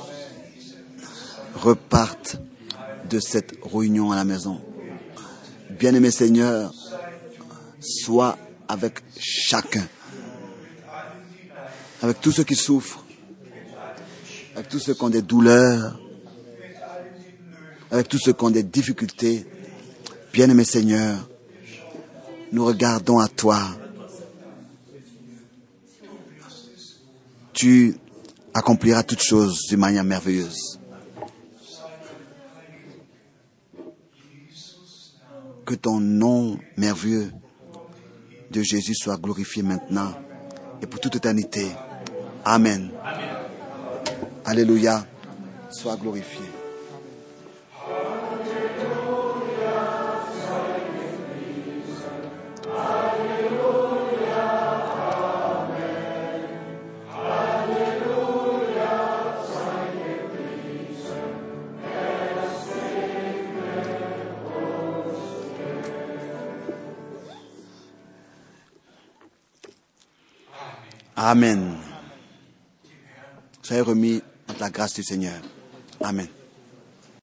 repartent de cette réunion à la maison. Bien-aimé Seigneur, sois avec chacun, avec tous ceux qui souffrent, avec tous ceux qui ont des douleurs, avec tous ceux qui ont des difficultés. Bien-aimé Seigneur, nous regardons à toi. Tu accompliras toutes choses d'une manière merveilleuse. Que ton nom merveilleux de Jésus soit glorifié maintenant et pour toute éternité. Amen. Alléluia. Sois glorifié. Amen. Soyez remis entre la grâce du Seigneur. Amen.